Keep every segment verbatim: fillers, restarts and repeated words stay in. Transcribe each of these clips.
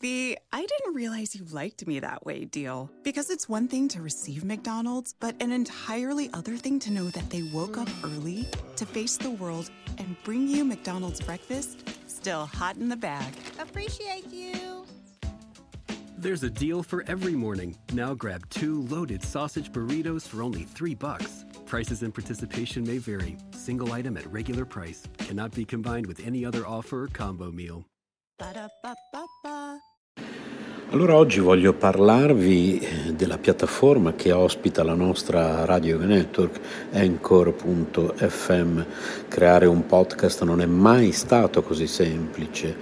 the I didn't realize you liked me that way deal. Because it's one thing to receive McDonald's, but an entirely other thing to know that they woke up early to face the world and bring you McDonald's breakfast still hot in the bag. Appreciate you. There's a deal for every morning. Now grab two loaded sausage burritos for only three bucks. Prices and participation may vary. Single item at regular price. Cannot be combined with any other offer or combo meal. Ba-da-ba-ba-ba. Allora oggi voglio parlarvi della piattaforma che ospita la nostra Radio Network, Anchor punto effe emme. Creare un podcast non è mai stato così semplice.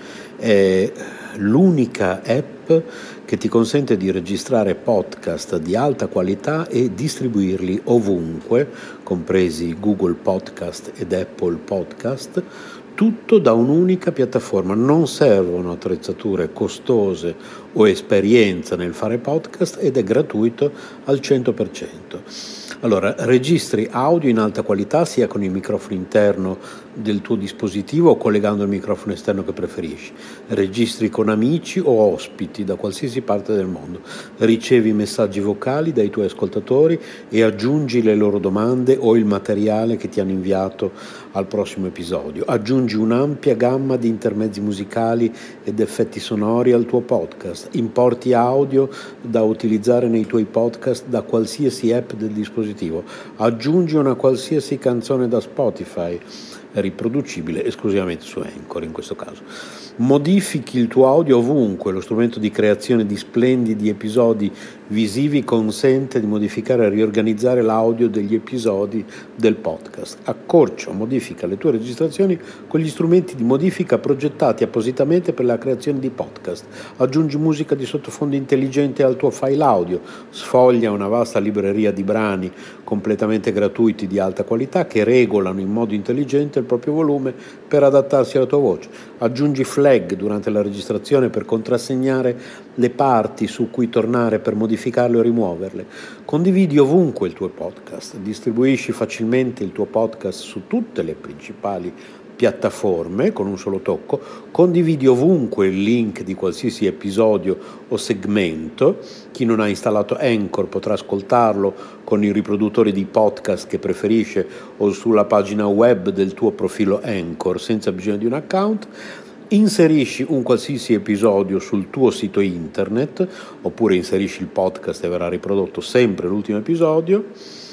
È l'unica app che ti consente di registrare podcast di alta qualità e distribuirli ovunque, compresi Google Podcast ed Apple Podcast, tutto da un'unica piattaforma. Non servono attrezzature costose o esperienza nel fare podcast ed è gratuito al cento per cento. Allora, registri audio in alta qualità sia con il microfono interno del tuo dispositivo o collegando il microfono esterno che preferisci. Registri con amici o ospiti da qualsiasi parte del mondo. Ricevi messaggi vocali dai tuoi ascoltatori e aggiungi le loro domande o il materiale che ti hanno inviato al prossimo episodio. Aggiungi un'ampia gamma di intermezzi musicali ed effetti sonori al tuo podcast. Importi audio da utilizzare nei tuoi podcast da qualsiasi app del dispositivo. Aggiungi una qualsiasi canzone da Spotify, riproducibile esclusivamente su Anchor in questo caso. Modifichi il tuo audio ovunque. Lo strumento di creazione di splendidi episodi visivi consente di modificare e riorganizzare l'audio degli episodi del podcast. Accorcia o modifica le tue registrazioni con gli strumenti di modifica progettati appositamente per la creazione di podcast. Aggiungi musica di sottofondo intelligente al tuo file audio. Sfoglia una vasta libreria di brani completamente gratuiti di alta qualità che regolano in modo intelligente il proprio volume per adattarsi alla tua voce. Aggiungi flag durante la registrazione per contrassegnare le parti su cui tornare per modificarle o rimuoverle. Condividi ovunque il tuo podcast. Distribuisci facilmente il tuo podcast su tutte le principali piattaforme con un solo tocco. Condividi ovunque il link di qualsiasi episodio o segmento. Chi non ha installato Anchor potrà ascoltarlo con i riproduttori di podcast che preferisce o sulla pagina web del tuo profilo Anchor senza bisogno di un account. Inserisci un qualsiasi episodio sul tuo sito internet oppure inserisci il podcast e verrà riprodotto sempre l'ultimo episodio.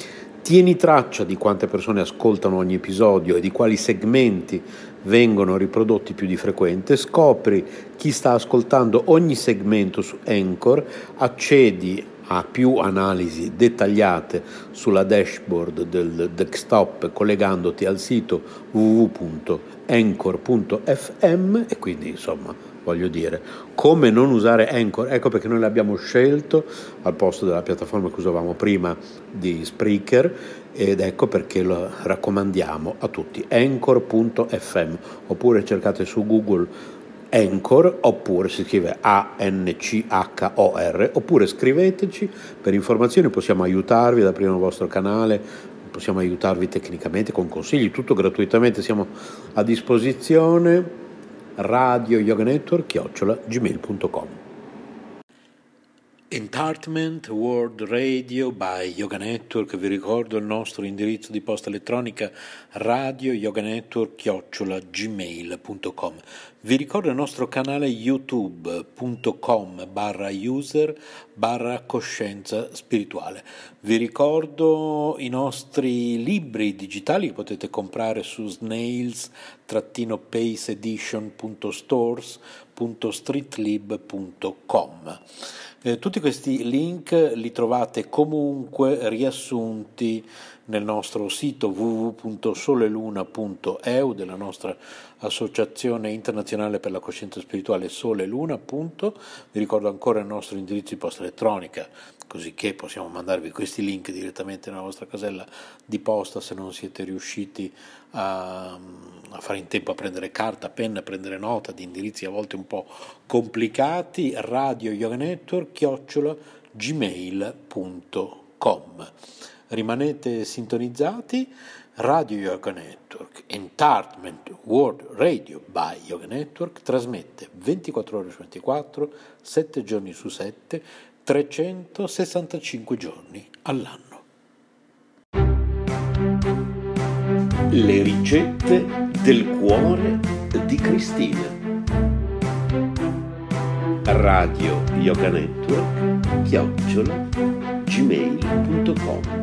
Tieni traccia di quante persone ascoltano ogni episodio e di quali segmenti vengono riprodotti più di frequente. Scopri chi sta ascoltando ogni segmento su Anchor, accedi a più analisi dettagliate sulla dashboard del desktop collegandoti al sito w w w punto anchor punto effe emme e quindi insomma voglio dire come non usare Anchor. Ecco perché noi l'abbiamo scelto al posto della piattaforma che usavamo prima di Spreaker ed ecco perché lo raccomandiamo a tutti. Anchor punto effe emme oppure cercate su Google Anchor oppure si scrive A N C H O R oppure scriveteci per informazioni, possiamo aiutarvi ad aprire il vostro canale, possiamo aiutarvi tecnicamente con consigli, tutto gratuitamente, siamo a disposizione. Radio Yoga Network chiocciola gmail punto com. Entertainment World Radio by Yoga Network. Vi ricordo il nostro indirizzo di posta elettronica radio yoga network chiocciola gmail punto com. Vi ricordo il nostro canale youtube punto com barra user barra coscienza spirituale. Vi ricordo i nostri libri digitali che potete comprare su snails pace edition punto stores punto streetlib punto com. Eh, tutti questi link li trovate comunque riassunti nel nostro sito w w w punto soleluna punto e u della nostra associazione internazionale per la coscienza spirituale Sole Luna. Punto. Vi ricordo ancora il nostro indirizzo di posta elettronica, così che possiamo mandarvi questi link direttamente nella vostra casella di posta se non siete riusciti a, a fare in tempo a prendere carta, penna, a prendere nota di indirizzi a volte un po' complicati. Radio Yoga Network chiocciola gmail punto com. Rimanete sintonizzati. Radio Yoga Network, Entertainment World Radio by Yoga Network, trasmette ventiquattro ore su ventiquattro, sette giorni su sette, trecentosessantacinque giorni all'anno. Le ricette del cuore di Cristina. Radio Yoga Network chiocciola gmail punto com.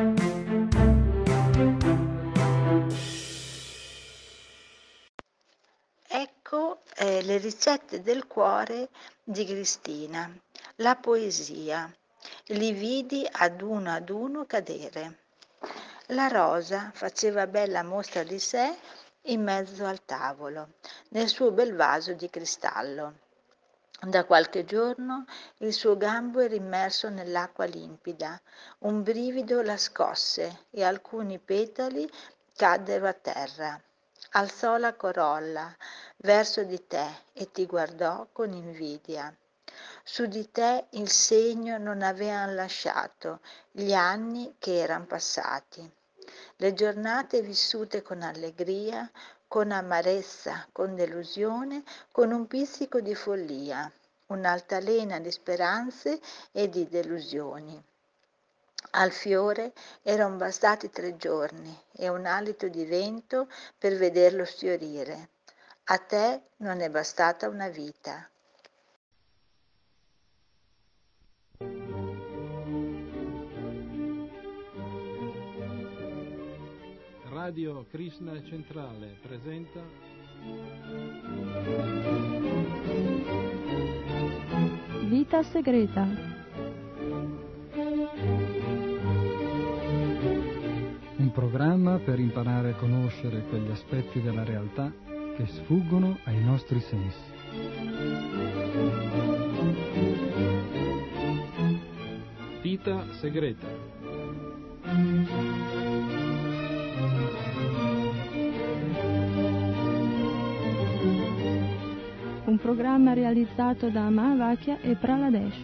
Ecco eh, le ricette del cuore di Cristina. La poesia. Li vidi ad uno ad uno cadere. La rosa faceva bella mostra di sé in mezzo al tavolo, nel suo bel vaso di cristallo. Da qualche giorno il suo gambo era immerso nell'acqua limpida, un brivido la scosse e alcuni petali caddero a terra. Alzò la corolla verso di te e ti guardò con invidia. Su di te il segno non avean lasciato gli anni che eran passati, le giornate vissute con allegria, con amarezza, con delusione, con un pizzico di follia, un'altalena di speranze e di delusioni. Al fiore eran bastati tre giorni e un alito di vento per vederlo sfiorire. A te non è bastata una vita. Radio Krishna Centrale presenta Vita segreta. Un programma per imparare a conoscere quegli aspetti della realtà che sfuggono ai nostri sensi. Vita segreta. Un programma realizzato da Mahavakya e Praladesh.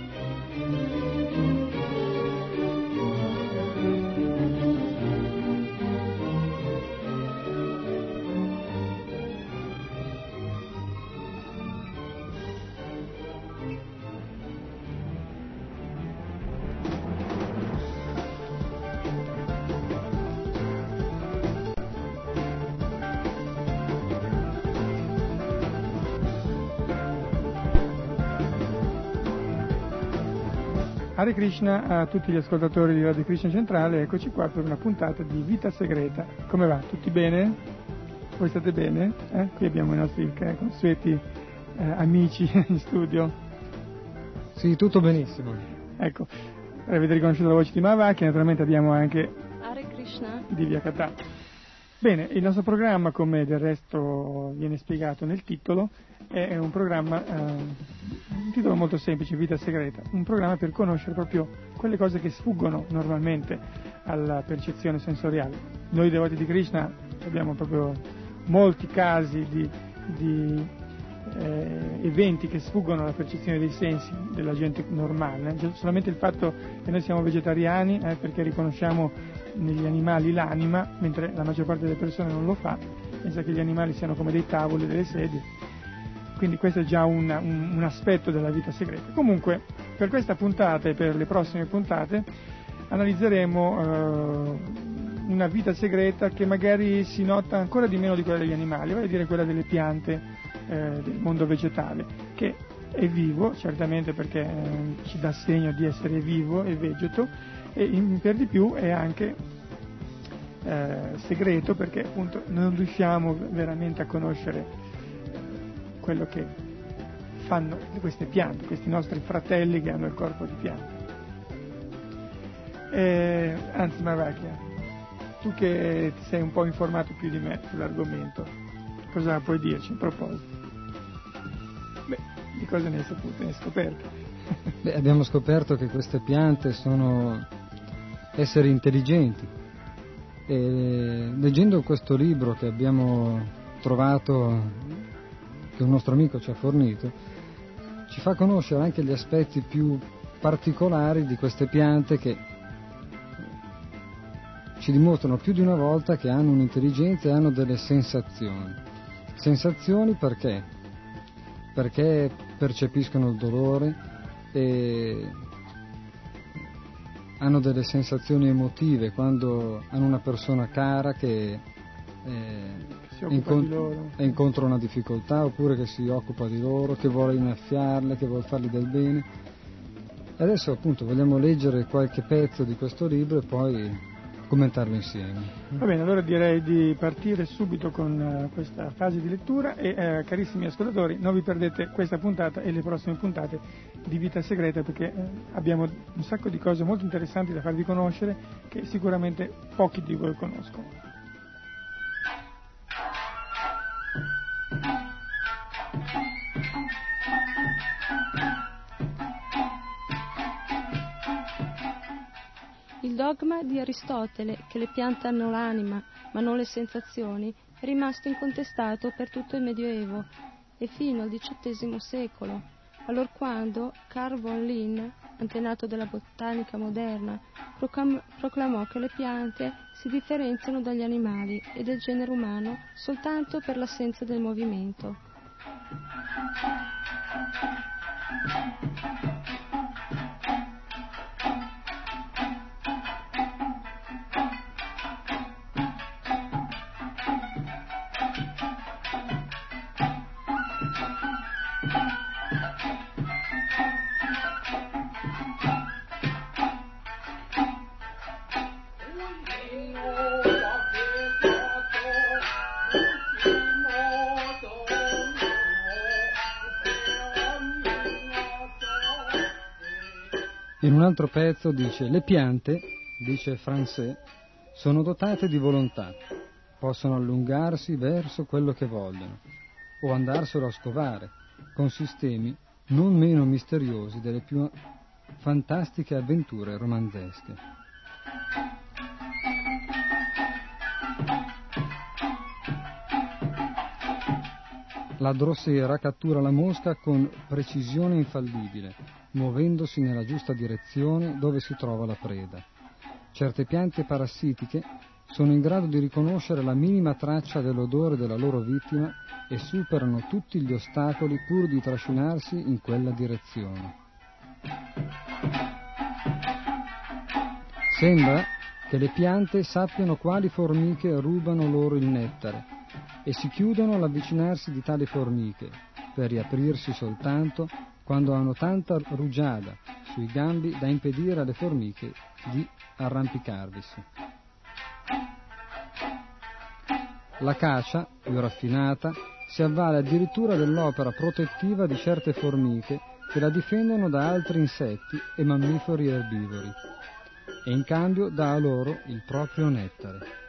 Hare Krishna a tutti gli ascoltatori di Radio Krishna Centrale, eccoci qua per una puntata di Vita Segreta. Come va? Tutti bene? Voi state bene? Eh? Qui abbiamo i nostri eh, consueti eh, amici in studio. Sì, tutto benissimo. Ecco, avete riconosciuto la voce di Mahavakya, naturalmente abbiamo anche Hare Krishna di Via Catà. Bene, il nostro programma, come del resto viene spiegato nel titolo, è un programma, eh, un titolo molto semplice, Vita Segreta, un programma per conoscere proprio quelle cose che sfuggono normalmente alla percezione sensoriale. Noi devoti di Krishna abbiamo proprio molti casi di, di eh, eventi che sfuggono alla percezione dei sensi della gente normale, eh? Solamente il fatto che noi siamo vegetariani eh, perché riconosciamo negli animali l'anima, mentre la maggior parte delle persone non lo fa, pensa che gli animali siano come dei tavoli, delle sedie. Quindi questo è già un, un, un aspetto della vita segreta. Comunque, per questa puntata e per le prossime puntate analizzeremo eh, una vita segreta che magari si nota ancora di meno di quella degli animali, vale a dire quella delle piante eh, del mondo vegetale, che è vivo, certamente perché eh, ci dà segno di essere vivo e vegeto, e in, per di più è anche eh, segreto perché appunto non riusciamo veramente a conoscere quello che fanno queste piante, questi nostri fratelli che hanno il corpo di pianta. Eh, anzi Mahavakya, tu che ti sei un po' informato più di me sull'argomento, cosa puoi dirci in proposito? Beh, di cosa ne hai saputo, ne hai scoperto? Beh, abbiamo scoperto che queste piante sono esseri intelligenti e leggendo questo libro che abbiamo trovato, che un nostro amico ci ha fornito, ci fa conoscere anche gli aspetti più particolari di queste piante che ci dimostrano più di una volta che hanno un'intelligenza e hanno delle sensazioni. Sensazioni perché? Perché percepiscono il dolore e hanno delle sensazioni emotive quando hanno una persona cara che eh, incont- loro. incontra una difficoltà, oppure che si occupa di loro, che vuole innaffiarle, che vuole fargli del bene. E adesso appunto vogliamo leggere qualche pezzo di questo libro e poi commentarlo insieme. Va bene, allora direi di partire subito con uh, questa fase di lettura e uh, carissimi ascoltatori, non vi perdete questa puntata e le prossime puntate di Vita Segreta, perché uh, abbiamo un sacco di cose molto interessanti da farvi conoscere che sicuramente pochi di voi conoscono. Il dogma di Aristotele, che le piante hanno l'anima ma non le sensazioni, è rimasto incontestato per tutto il Medioevo e fino al diciottesimo secolo, allorquando Carl von Linné, antenato della botanica moderna, proclam- proclamò che le piante si differenziano dagli animali e del genere umano soltanto per l'assenza del movimento. In un altro pezzo dice: le piante, dice Francais, sono dotate di volontà, possono allungarsi verso quello che vogliono o andarselo a scovare, con sistemi non meno misteriosi delle più fantastiche avventure romanzesche. La drossera cattura la mosca con precisione infallibile, muovendosi nella giusta direzione dove si trova la preda. Certe piante parassitiche sono in grado di riconoscere la minima traccia dell'odore della loro vittima e superano tutti gli ostacoli pur di trascinarsi in quella direzione. Sembra che le piante sappiano quali formiche rubano loro il nettare e si chiudono all'avvicinarsi di tali formiche, per riaprirsi soltanto quando hanno tanta rugiada sui gambi da impedire alle formiche di arrampicarvisi. L'acacia, più raffinata, si avvale addirittura dell'opera protettiva di certe formiche che la difendono da altri insetti e mammiferi erbivori, e in cambio dà a loro il proprio nettare.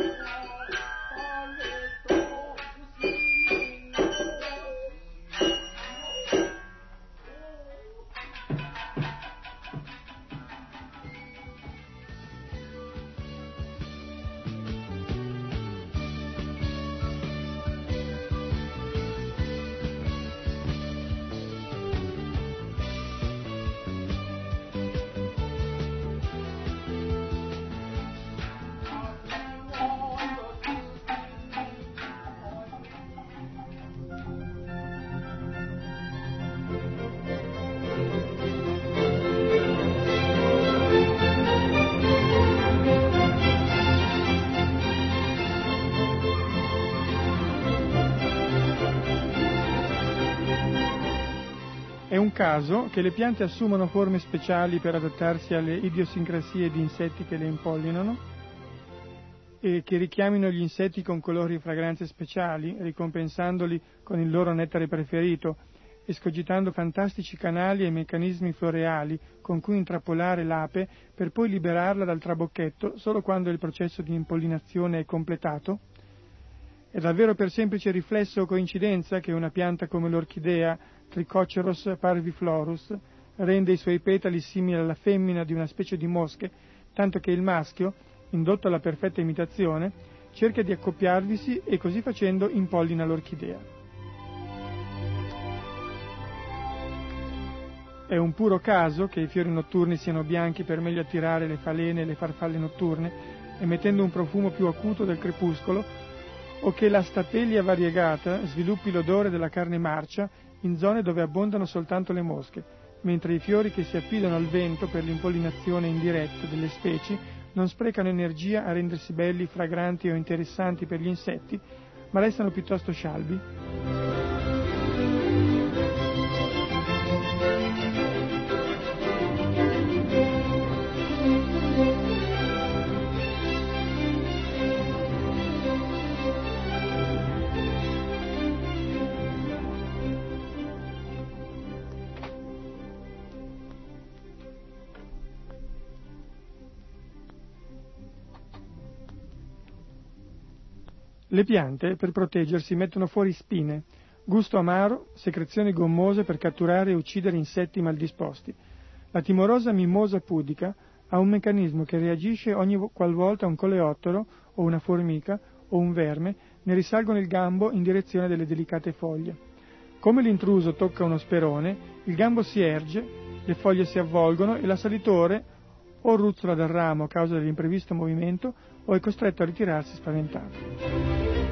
È un caso che le piante assumano forme speciali per adattarsi alle idiosincrasie di insetti che le impollinano e che richiamino gli insetti con colori e fragranze speciali, ricompensandoli con il loro nettare preferito, escogitando fantastici canali e meccanismi floreali con cui intrappolare l'ape per poi liberarla dal trabocchetto solo quando il processo di impollinazione è completato? È davvero per semplice riflesso o coincidenza che una pianta come l'orchidea Trichoceros parviflorus rende i suoi petali simili alla femmina di una specie di mosche, tanto che il maschio, indotto alla perfetta imitazione, cerca di accoppiarvisi e così facendo impollina l'orchidea. È un puro caso che i fiori notturni siano bianchi per meglio attirare le falene e le farfalle notturne, emettendo un profumo più acuto del crepuscolo, o che la stapelia variegata sviluppi l'odore della carne marcia in zone dove abbondano soltanto le mosche, mentre i fiori che si affidano al vento per l'impollinazione indiretta delle specie non sprecano energia a rendersi belli, fragranti o interessanti per gli insetti, ma restano piuttosto scialbi. Le piante, per proteggersi, mettono fuori spine, gusto amaro, secrezioni gommose per catturare e uccidere insetti maldisposti. La timorosa mimosa pudica ha un meccanismo che reagisce ogni qualvolta un coleottero o una formica o un verme ne risalgono il gambo in direzione delle delicate foglie. Come l'intruso tocca uno sperone, il gambo si erge, le foglie si avvolgono e l'assalitore o ruzzola dal ramo a causa dell'imprevisto movimento o è costretto a ritirarsi spaventato.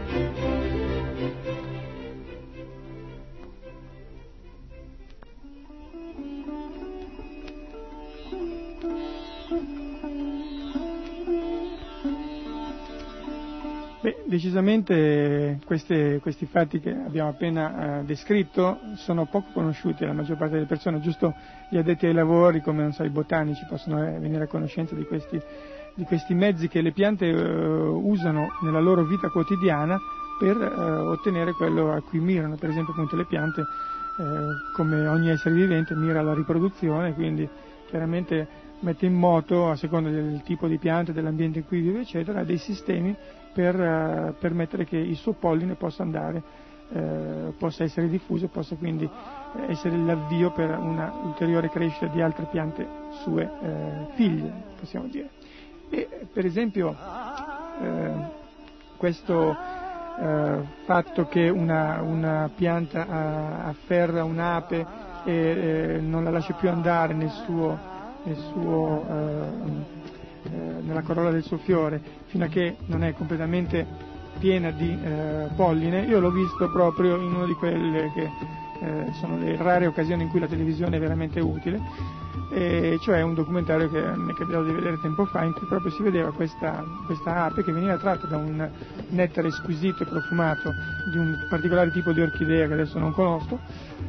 Beh, decisamente queste, questi fatti che abbiamo appena eh, descritto sono poco conosciuti alla maggior parte delle persone, giusto gli addetti ai lavori come non so, i botanici possono eh, venire a conoscenza di questi, di questi mezzi che le piante eh, usano nella loro vita quotidiana per eh, ottenere quello a cui mirano. Per esempio appunto le piante, eh, come ogni essere vivente, mira alla riproduzione, quindi chiaramente mette in moto, a seconda del tipo di piante, dell'ambiente in cui vive eccetera, dei sistemi per uh, permettere che il suo polline possa andare, uh, possa essere diffuso, possa quindi essere l'avvio per una ulteriore crescita di altre piante sue uh, figlie, possiamo dire. E per esempio uh, questo uh, fatto che una, una pianta uh, afferra un'ape e uh, non la lascia più andare nel suo, nel suo uh, nella corolla del suo fiore fino a che non è completamente piena di eh, polline, io l'ho visto proprio in una di quelle che eh, sono le rare occasioni in cui la televisione è veramente utile, e cioè un documentario che mi è capitato di vedere tempo fa in cui proprio si vedeva questa, questa ape che veniva tratta da un nettare squisito e profumato di un particolare tipo di orchidea che adesso non conosco,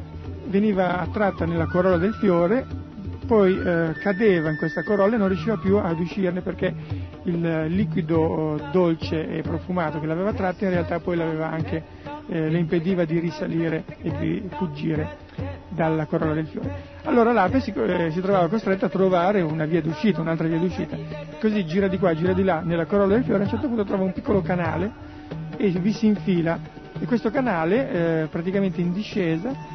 veniva attratta nella corolla del fiore, poi eh, cadeva in questa corolla e non riusciva più ad uscirne perché il liquido dolce e profumato che l'aveva tratta in realtà poi l'aveva anche, eh, le impediva di risalire e di fuggire dalla corolla del fiore. Allora l'ape si, eh, si trovava costretta a trovare una via d'uscita, un'altra via d'uscita, così gira di qua, gira di là nella corolla del fiore, a un certo punto trova un piccolo canale e vi si infila, e questo canale eh, praticamente in discesa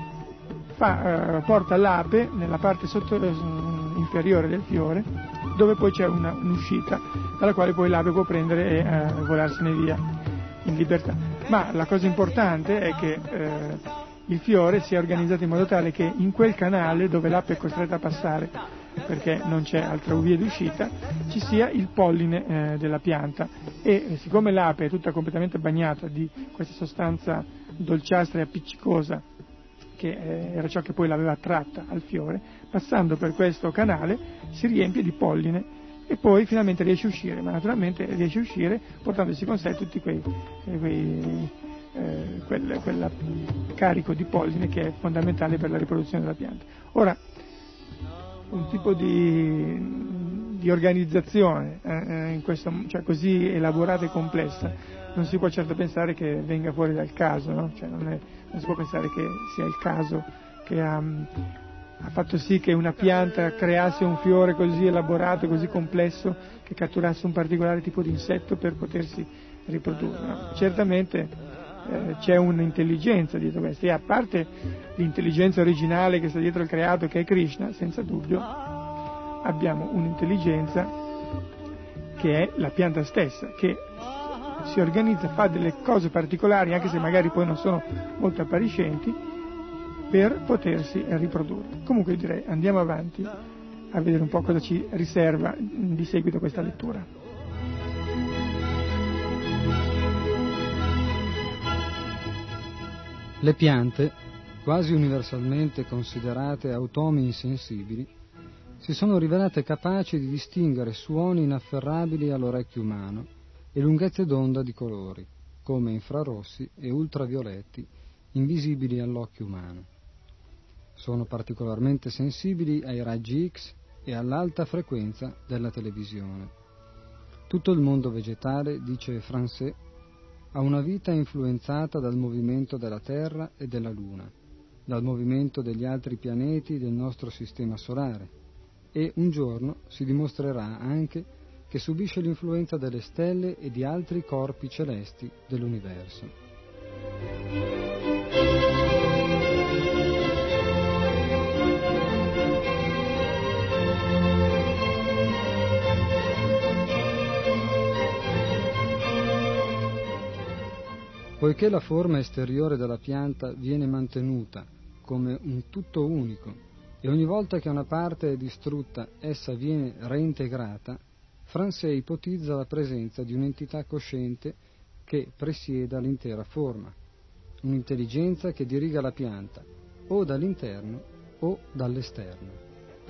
Fa, eh, porta l'ape nella parte sotto, eh, inferiore del fiore, dove poi c'è una, un'uscita dalla quale poi l'ape può prendere e eh, volarsene via in libertà. Ma la cosa importante è che eh, il fiore sia organizzato in modo tale che in quel canale dove l'ape è costretta a passare, perché non c'è altra via d'uscita, ci sia il polline eh, della pianta, e eh, siccome l'ape è tutta completamente bagnata di questa sostanza dolciastra e appiccicosa che era ciò che poi l'aveva attratta al fiore, passando per questo canale si riempie di polline e poi finalmente riesce a uscire, ma naturalmente riesce a uscire portandosi con sé tutti quei, quei eh, quel, quel carico di polline che è fondamentale per la riproduzione della pianta. Ora, un tipo di, di organizzazione eh, in questo, cioè così elaborata e complessa non si può certo pensare che venga fuori dal caso, no? Cioè non, è, non si può pensare che sia il caso che ha, ha fatto sì che una pianta creasse un fiore così elaborato, così complesso, che catturasse un particolare tipo di insetto per potersi riprodurre. No? Certamente eh, c'è un'intelligenza dietro questo, e a parte l'intelligenza originale che sta dietro il creato, che è Krishna, senza dubbio abbiamo un'intelligenza che è la pianta stessa, che si organizza, fa delle cose particolari, anche se magari poi non sono molto appariscenti, per potersi riprodurre. Comunque direi andiamo avanti a vedere un po' cosa ci riserva di seguito questa lettura. Le piante, quasi universalmente considerate automi insensibili, si sono rivelate capaci di distinguere suoni inafferrabili all'orecchio umano e lunghezze d'onda di colori, come infrarossi e ultravioletti, invisibili all'occhio umano. Sono particolarmente sensibili ai raggi X e all'alta frequenza della televisione. Tutto il mondo vegetale, dice Francais, ha una vita influenzata dal movimento della Terra e della Luna, dal movimento degli altri pianeti del nostro sistema solare, e un giorno si dimostrerà anche che subisce l'influenza delle stelle e di altri corpi celesti dell'universo. Poiché la forma esteriore della pianta viene mantenuta come un tutto unico e ogni volta che una parte è distrutta essa viene reintegrata, Francais ipotizza la presenza di un'entità cosciente che presieda l'intera forma, un'intelligenza che diriga la pianta o dall'interno o dall'esterno.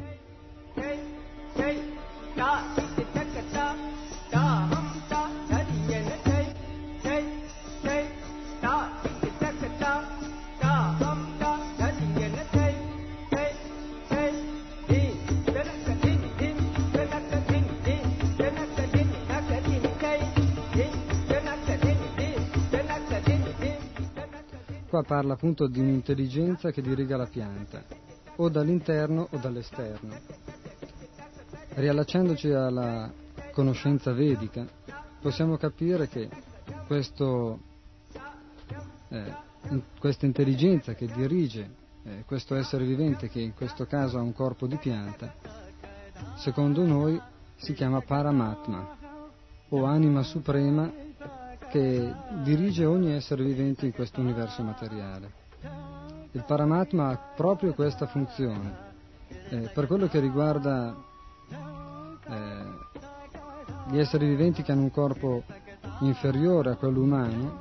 Qua parla appunto di un'intelligenza che diriga la pianta, o dall'interno o dall'esterno. Riallacciandoci alla conoscenza vedica, possiamo capire che questo, eh, questa intelligenza che dirige eh, questo essere vivente, che in questo caso ha un corpo di pianta, secondo noi si chiama Paramatma, o anima suprema che dirige ogni essere vivente in questo universo materiale. Il Paramatma ha proprio questa funzione. Eh, per quello che riguarda eh, gli esseri viventi che hanno un corpo inferiore a quello umano,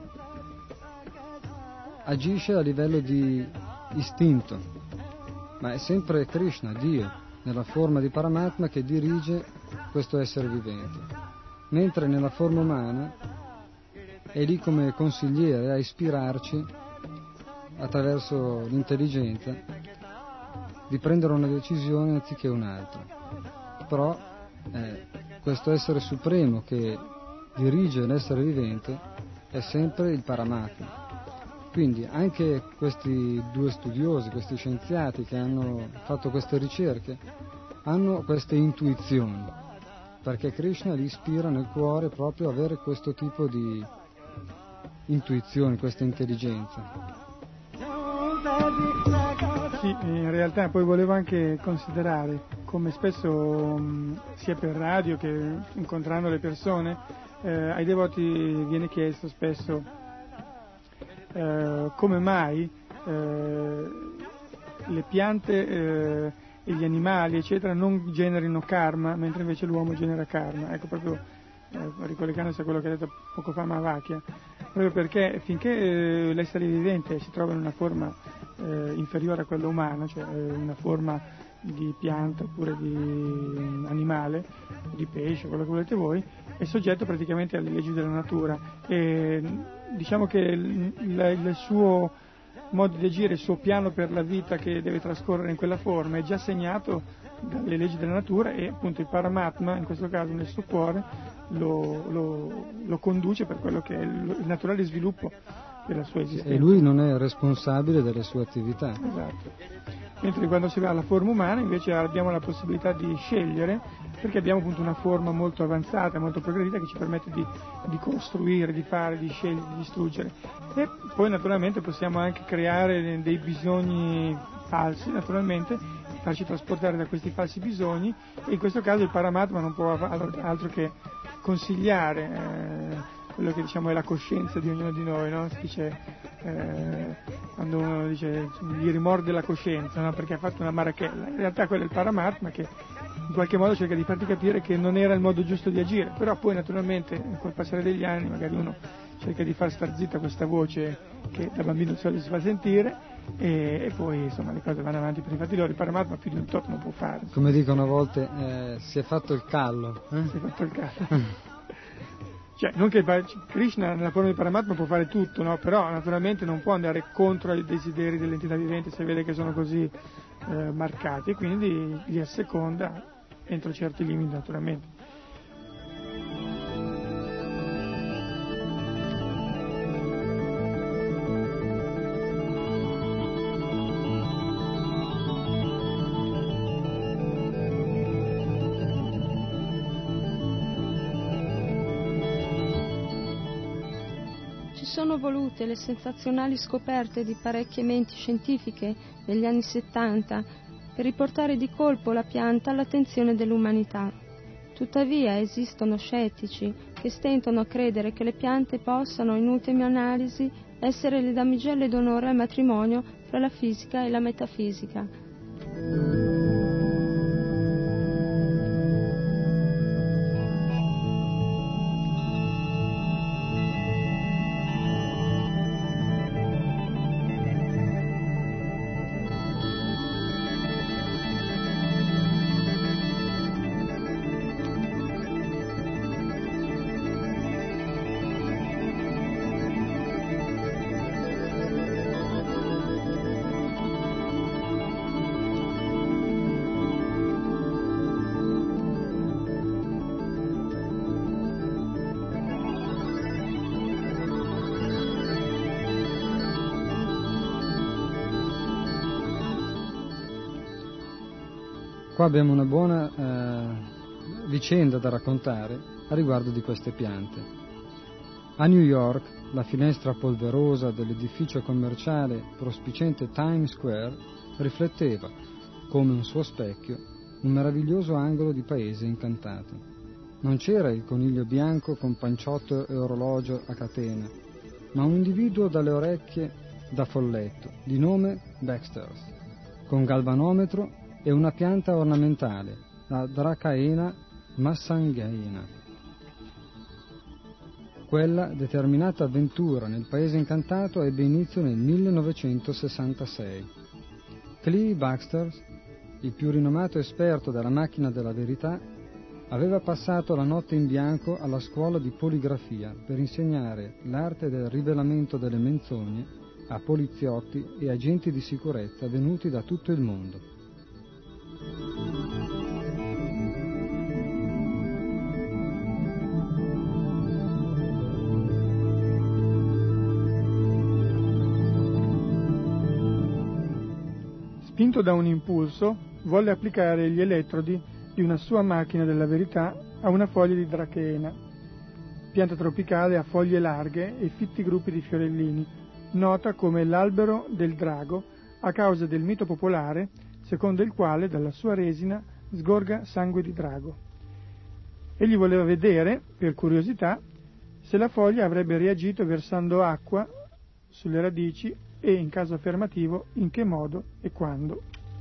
agisce a livello di istinto, ma è sempre Krishna, Dio, nella forma di Paramatma, che dirige questo essere vivente, mentre nella forma umana è lì come consigliere a ispirarci attraverso l'intelligenza di prendere una decisione anziché un'altra. Però eh, questo essere supremo che dirige l'essere vivente è sempre il Paramatma. Quindi anche questi due studiosi, questi scienziati che hanno fatto queste ricerche, hanno queste intuizioni, perché Krishna li ispira nel cuore proprio a avere questo tipo di intuizioni, questa intelligenza. Sì, in realtà poi volevo anche considerare come spesso mh, sia per radio che incontrando le persone eh, ai devoti viene chiesto spesso eh, come mai eh, le piante eh, e gli animali eccetera non generino karma mentre invece l'uomo genera karma. Ecco, proprio eh, ricollegandosi a quello che ha detto poco fa Mahavakya, proprio perché finché eh, l'essere vivente si trova in una forma eh, inferiore a quella umana, cioè eh, una forma di pianta oppure di animale, di pesce, quello che volete voi, è soggetto praticamente alle leggi della natura e diciamo che il, il, il suo modo di agire, il suo piano per la vita che deve trascorrere in quella forma è già segnato dalle leggi della natura e appunto il Paramatma, in questo caso nel suo cuore, lo, lo, lo conduce per quello che è il, il naturale sviluppo della sua esistenza. E lui non è responsabile delle sue attività. Esatto. Mentre quando si va alla forma umana invece abbiamo la possibilità di scegliere, perché abbiamo appunto una forma molto avanzata, molto progredita che ci permette di, di costruire, di fare, di scegliere, di distruggere. E poi naturalmente possiamo anche creare dei bisogni falsi, naturalmente, farci trasportare da questi falsi bisogni, e in questo caso il Paramatma non può altro che consigliare eh, quello che diciamo è la coscienza di ognuno di noi, no? Si dice eh, quando uno dice gli rimorde la coscienza, no? Perché ha fatto una marachella, in realtà quello è il Paramatma che in qualche modo cerca di farti capire che non era il modo giusto di agire, però poi naturalmente col passare degli anni magari uno cerca di far star zitta questa voce che da bambino solo si fa sentire, e, e poi insomma le cose vanno avanti per i fatti loro. Il Paramatma più di un tot non può fare. Come dicono a volte, eh, si è fatto il callo. Eh? Si è fatto il callo. Cioè, non che Krishna nella forma di Paramatma può fare tutto, no? Però naturalmente non può andare contro i desideri dell'entità vivente se vede che sono così eh, marcati, e quindi li asseconda entro certi limiti naturalmente. Sono volute le sensazionali scoperte di parecchie menti scientifiche negli anni settanta per riportare di colpo la pianta all'attenzione dell'umanità. Tuttavia esistono scettici che stentano a credere che le piante possano, in ultima analisi, essere le damigelle d'onore al matrimonio fra la fisica e la metafisica. Qua abbiamo una buona eh, vicenda da raccontare a riguardo di queste piante. A New York, la finestra polverosa dell'edificio commerciale prospiciente Times Square rifletteva, come un suo specchio, un meraviglioso angolo di paese incantato. Non c'era il coniglio bianco con panciotto e orologio a catena, ma un individuo dalle orecchie da folletto, di nome Baxter's, con galvanometro e una pianta ornamentale, la Dracaena massangaina. Quella determinata avventura nel paese incantato ebbe inizio nel millenovecentosessantasei. Clee Baxter, il più rinomato esperto della macchina della verità, aveva passato la notte in bianco alla scuola di poligrafia per insegnare l'arte del rivelamento delle menzogne a poliziotti e agenti di sicurezza venuti da tutto il mondo. Spinto da un impulso, volle applicare gli elettrodi di una sua macchina della verità a una foglia di Dracaena, pianta tropicale a foglie larghe e fitti gruppi di fiorellini, nota come l'albero del drago a causa del mito popolare secondo il quale dalla sua resina sgorga sangue di drago. Egli voleva vedere, per curiosità, se la foglia avrebbe reagito versando acqua sulle radici e, in caso affermativo, in che modo e quando.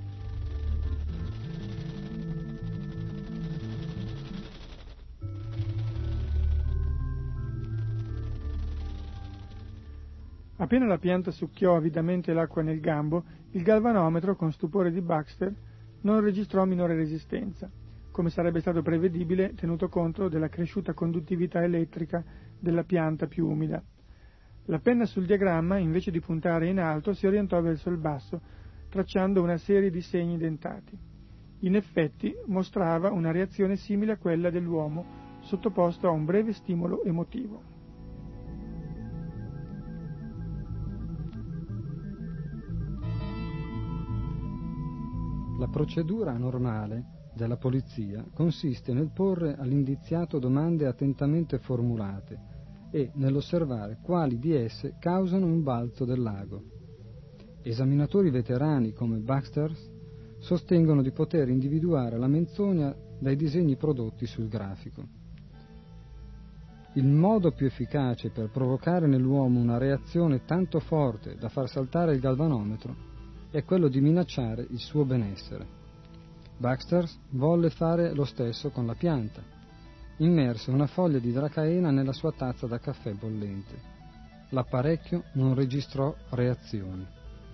Appena la pianta succhiò avidamente l'acqua nel gambo, il galvanometro, con stupore di Baxter, non registrò minore resistenza, come sarebbe stato prevedibile tenuto conto della cresciuta conduttività elettrica della pianta più umida. La penna sul diagramma, invece di puntare in alto, si orientò verso il basso, tracciando una serie di segni dentati. In effetti mostrava una reazione simile a quella dell'uomo sottoposto a un breve stimolo emotivo. La procedura normale della polizia consiste nel porre all'indiziato domande attentamente formulate e nell'osservare quali di esse causano un balzo del lago. Esaminatori veterani come Baxter sostengono di poter individuare la menzogna dai disegni prodotti sul grafico. Il modo più efficace per provocare nell'uomo una reazione tanto forte da far saltare il galvanometro è quello di minacciare il suo benessere. Baxter volle fare lo stesso con la pianta. immerse una foglia di dracaena nella sua tazza da caffè bollente. L'apparecchio non registrò reazioni.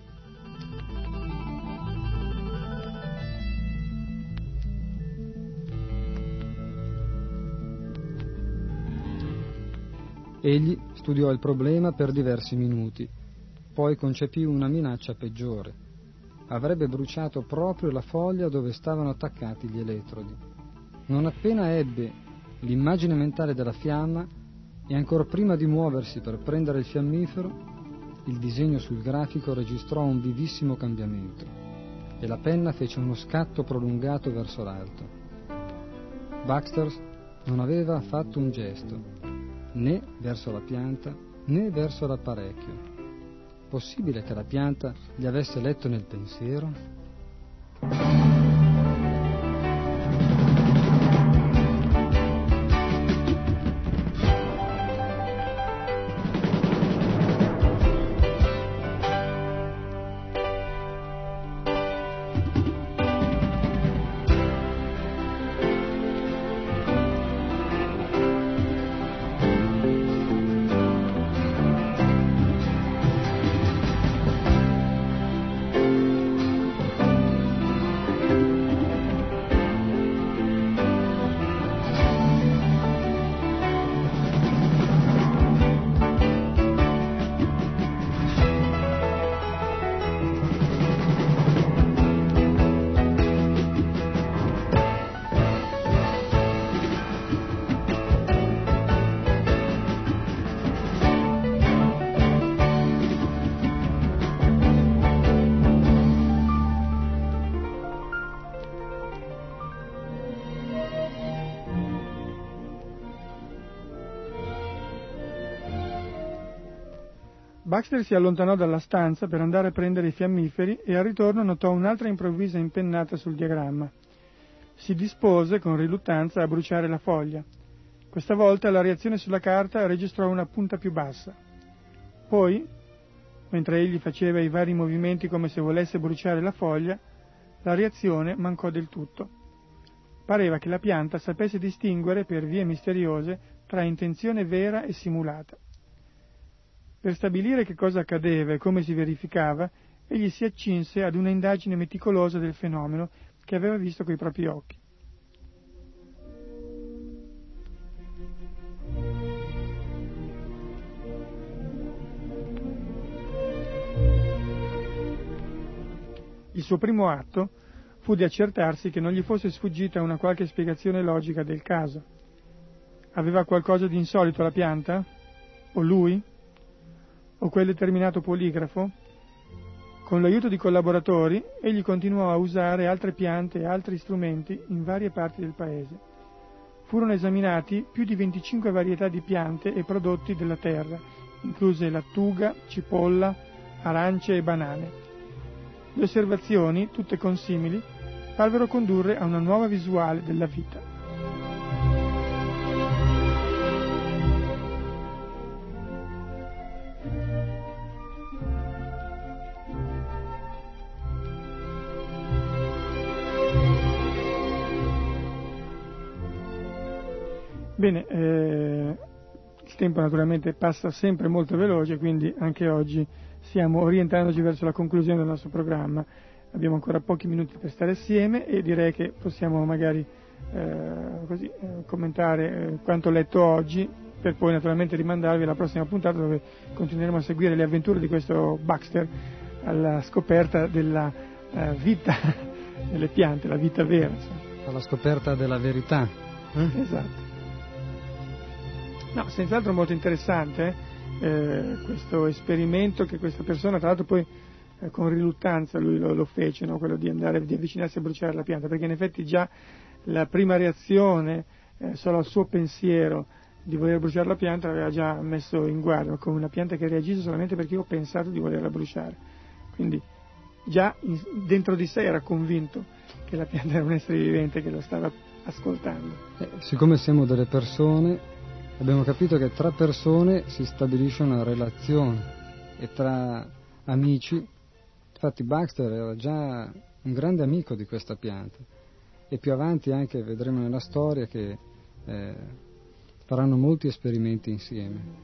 Egli studiò il problema per diversi minuti, poi concepì una minaccia peggiore. Avrebbe bruciato proprio la foglia dove stavano attaccati gli elettrodi. Non appena ebbe l'immagine mentale della fiamma e ancor prima di muoversi per prendere il fiammifero, il disegno sul grafico registrò un vivissimo cambiamento e la penna fece uno scatto prolungato verso l'alto. Baxter non aveva fatto un gesto, né verso la pianta né verso l'apparecchio. Possibile che la pianta gli avesse letto nel pensiero? Baxter si allontanò dalla stanza per andare a prendere i fiammiferi e al ritorno notò un'altra improvvisa impennata sul diagramma. Si dispose con riluttanza a bruciare la foglia. Questa volta la reazione sulla carta registrò una punta più bassa. Poi, mentre egli faceva i vari movimenti come se volesse bruciare la foglia, la reazione mancò del tutto. Pareva che la pianta sapesse distinguere per vie misteriose tra intenzione vera e simulata. Per stabilire che cosa accadeva e come si verificava, egli si accinse ad una indagine meticolosa del fenomeno che aveva visto coi propri occhi. Il suo primo atto fu di accertarsi che non gli fosse sfuggita una qualche spiegazione logica del caso. Aveva qualcosa di insolito la pianta? O lui? O quel determinato poligrafo? Con l'aiuto di collaboratori, egli continuò a usare altre piante e altri strumenti in varie parti del paese. Furono esaminati più di venticinque varietà di piante e prodotti della terra, incluse lattuga, cipolla, arance e banane. Le osservazioni, tutte consimili, parvero condurre a una nuova visuale della vita. Bene, eh, il tempo naturalmente passa sempre molto veloce, quindi anche oggi stiamo orientandoci verso la conclusione del nostro programma. Abbiamo ancora pochi minuti per stare assieme e direi che possiamo magari eh, così, eh, commentare eh, quanto letto oggi, per poi naturalmente rimandarvi alla prossima puntata dove continueremo a seguire le avventure di questo Baxter alla scoperta della eh, vita delle piante, la vita vera. Insomma. Alla scoperta della verità. Eh? Esatto. No, senz'altro molto interessante eh, questo esperimento che questa persona, tra l'altro poi eh, con riluttanza lui lo, lo fece, no? Quello di andare, di avvicinarsi a bruciare la pianta, perché in effetti già la prima reazione eh, solo al suo pensiero di voler bruciare la pianta l'aveva già messo in guardia, come una pianta che reagisce solamente perché io ho pensato di volerla bruciare. Quindi già in, dentro di sé era convinto che la pianta era un essere vivente che lo stava ascoltando. Eh, siccome siamo delle persone, abbiamo capito che tra persone si stabilisce una relazione e tra amici, infatti Baxter era già un grande amico di questa pianta e più avanti anche vedremo nella storia che eh, faranno molti esperimenti insieme.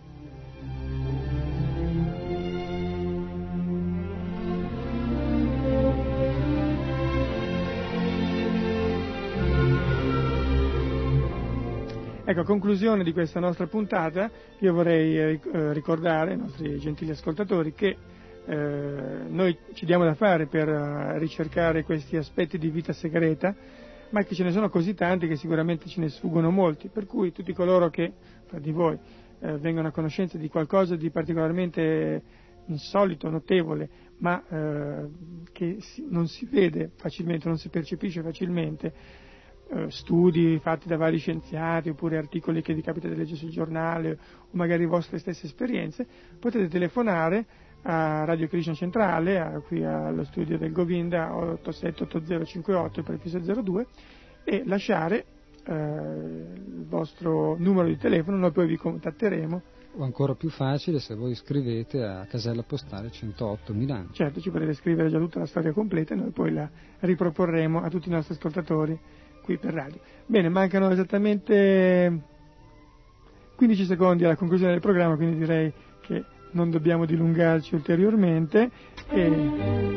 Ecco, a conclusione di questa nostra puntata, io vorrei eh, ricordare ai nostri gentili ascoltatori che eh, noi ci diamo da fare per uh, ricercare questi aspetti di vita segreta, ma che ce ne sono così tanti che sicuramente ce ne sfuggono molti, per cui tutti coloro che, fra di voi, eh, vengono a conoscenza di qualcosa di particolarmente insolito, notevole, ma eh, che si, non si vede facilmente, non si percepisce facilmente, studi fatti da vari scienziati oppure articoli che vi capita di leggere sul giornale o magari vostre stesse esperienze, potete telefonare a Radio Krishna Centrale, a, qui allo studio del Govinda otto sette otto zero cinque otto, prefisso zero due, e lasciare eh, il vostro numero di telefono, noi poi vi contatteremo. O ancora più facile se voi scrivete a casella postale centootto Milano. Certo, ci potete scrivere già tutta la storia completa e noi poi la riproporremo a tutti i nostri ascoltatori qui per radio. Bene, mancano esattamente quindici secondi alla conclusione del programma, quindi direi che non dobbiamo dilungarci ulteriormente. E...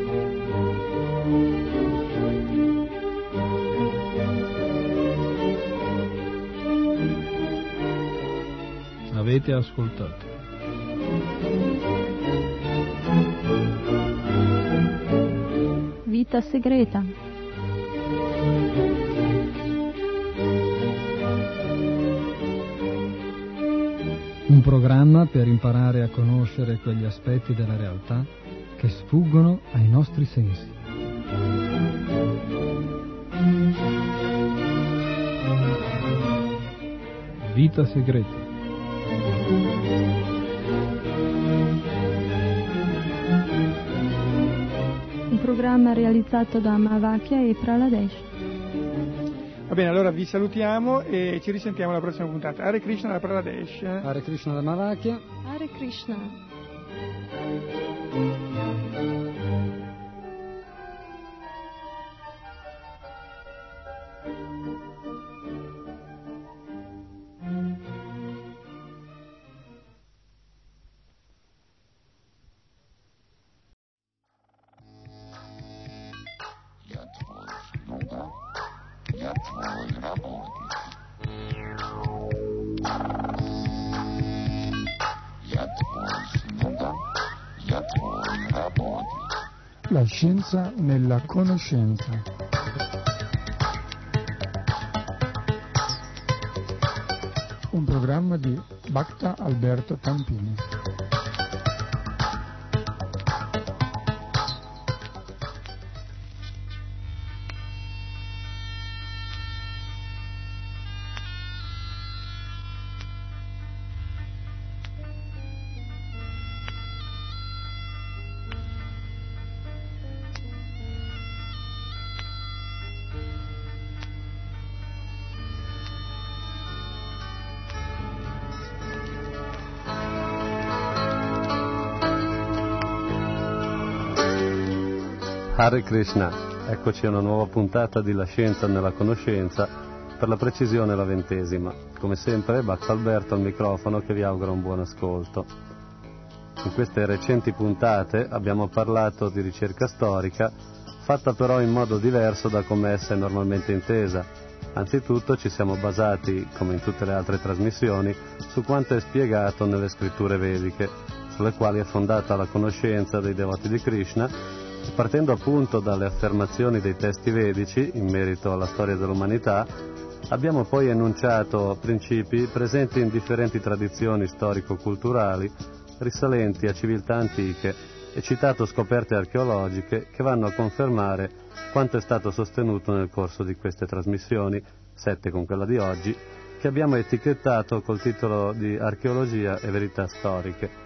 Avete ascoltato Vita segreta. Un programma per imparare a conoscere quegli aspetti della realtà che sfuggono ai nostri sensi. Vita segreta. Un programma realizzato da Mahavakia e Praladesh. Va bene, allora vi salutiamo e ci risentiamo alla prossima puntata. Hare Krishna da Praladesh. Hare Krishna da Mahavakia. Hare Krishna. La scienza nella conoscenza. Un programma di Bhakta Alberto Tampini. Hare Krishna, eccoci a una nuova puntata di La Scienza nella Conoscenza, per la precisione la ventesima. Come sempre, Bhakta Alberto al microfono che vi augura un buon ascolto. In queste recenti puntate abbiamo parlato di ricerca storica, fatta però in modo diverso da come essa è normalmente intesa. Anzitutto ci siamo basati, come in tutte le altre trasmissioni, su quanto è spiegato nelle scritture vediche, sulle quali è fondata la conoscenza dei devoti di Krishna. Partendo appunto dalle affermazioni dei testi vedici in merito alla storia dell'umanità, abbiamo poi enunciato principi presenti in differenti tradizioni storico-culturali risalenti a civiltà antiche e citato scoperte archeologiche che vanno a confermare quanto è stato sostenuto nel corso di queste trasmissioni, sette con quella di oggi, che abbiamo etichettato col titolo di Archeologia e verità storiche.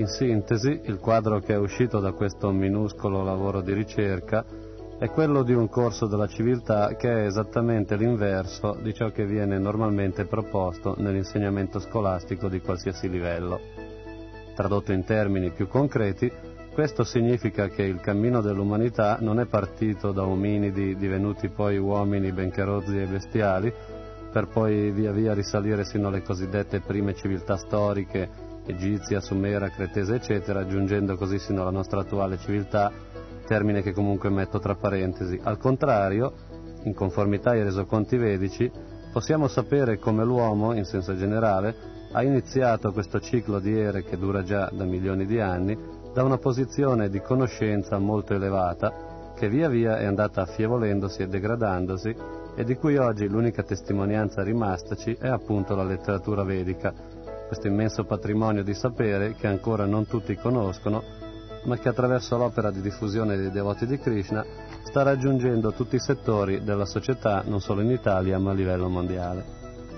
In sintesi, il quadro che è uscito da questo minuscolo lavoro di ricerca è quello di un corso della civiltà che è esattamente l'inverso di ciò che viene normalmente proposto nell'insegnamento scolastico di qualsiasi livello. Tradotto in termini più concreti, questo significa che il cammino dell'umanità non è partito da ominidi divenuti poi uomini benché rozzi e bestiali, per poi via via risalire sino alle cosiddette prime civiltà storiche, egizia, sumera, cretese, eccetera, giungendo così sino alla nostra attuale civiltà, termine che comunque metto tra parentesi. Al contrario, in conformità ai resoconti vedici, possiamo sapere come l'uomo, in senso generale, ha iniziato questo ciclo di ere che dura già da milioni di anni, da una posizione di conoscenza molto elevata, che via via è andata affievolendosi e degradandosi, e di cui oggi l'unica testimonianza rimastaci è appunto la letteratura vedica, questo immenso patrimonio di sapere che ancora non tutti conoscono, ma che attraverso l'opera di diffusione dei devoti di Krishna sta raggiungendo tutti i settori della società, non solo in Italia ma a livello mondiale.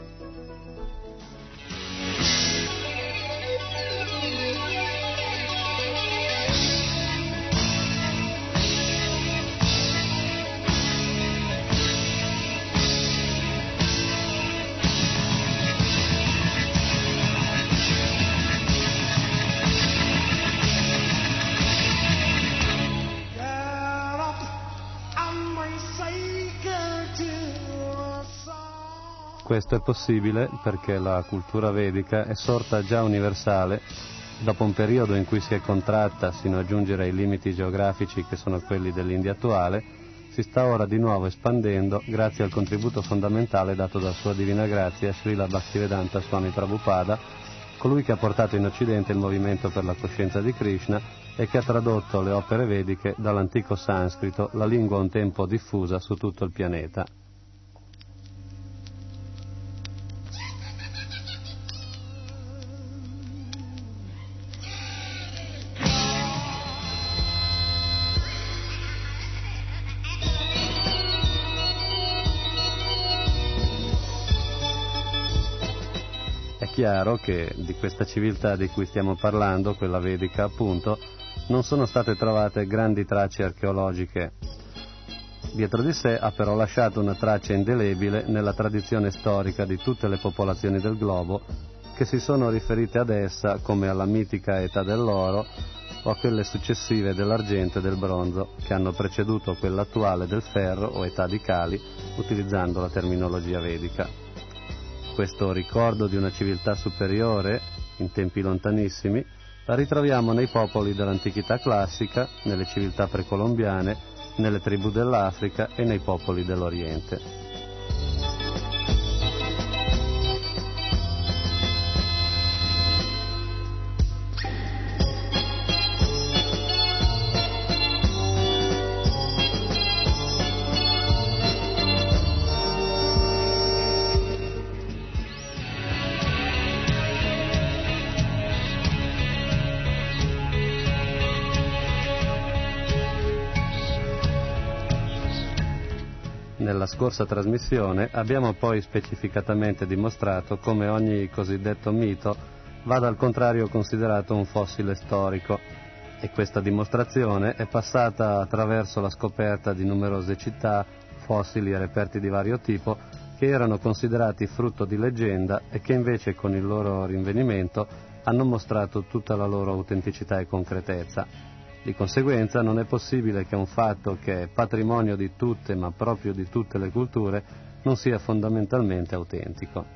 Questo è possibile perché la cultura vedica è sorta già universale dopo un periodo in cui si è contratta sino a giungere ai limiti geografici che sono quelli dell'India attuale, si sta ora di nuovo espandendo grazie al contributo fondamentale dato da Sua Divina Grazia Srila Bhaktivedanta Swami Prabhupada, colui che ha portato in Occidente il movimento per la coscienza di Krishna e che ha tradotto le opere vediche dall'antico sanscrito, la lingua un tempo diffusa su tutto il pianeta. È chiaro che di questa civiltà di cui stiamo parlando, quella vedica appunto, non sono state trovate grandi tracce archeologiche. Dietro di sé ha però lasciato una traccia indelebile nella tradizione storica di tutte le popolazioni del globo che si sono riferite ad essa come alla mitica età dell'oro o a quelle successive dell'argento e del bronzo, che hanno preceduto quella attuale del ferro o età di Kali, utilizzando la terminologia vedica. Questo ricordo di una civiltà superiore, in tempi lontanissimi, la ritroviamo nei popoli dell'antichità classica, nelle civiltà precolombiane, nelle tribù dell'Africa e nei popoli dell'Oriente. Nella scorsa trasmissione abbiamo poi specificatamente dimostrato come ogni cosiddetto mito vada al contrario considerato un fossile storico, e questa dimostrazione è passata attraverso la scoperta di numerose città, fossili e reperti di vario tipo che erano considerati frutto di leggenda e che invece con il loro rinvenimento hanno mostrato tutta la loro autenticità e concretezza. Di conseguenza non è possibile che un fatto che è patrimonio di tutte, ma proprio di tutte le culture, non sia fondamentalmente autentico.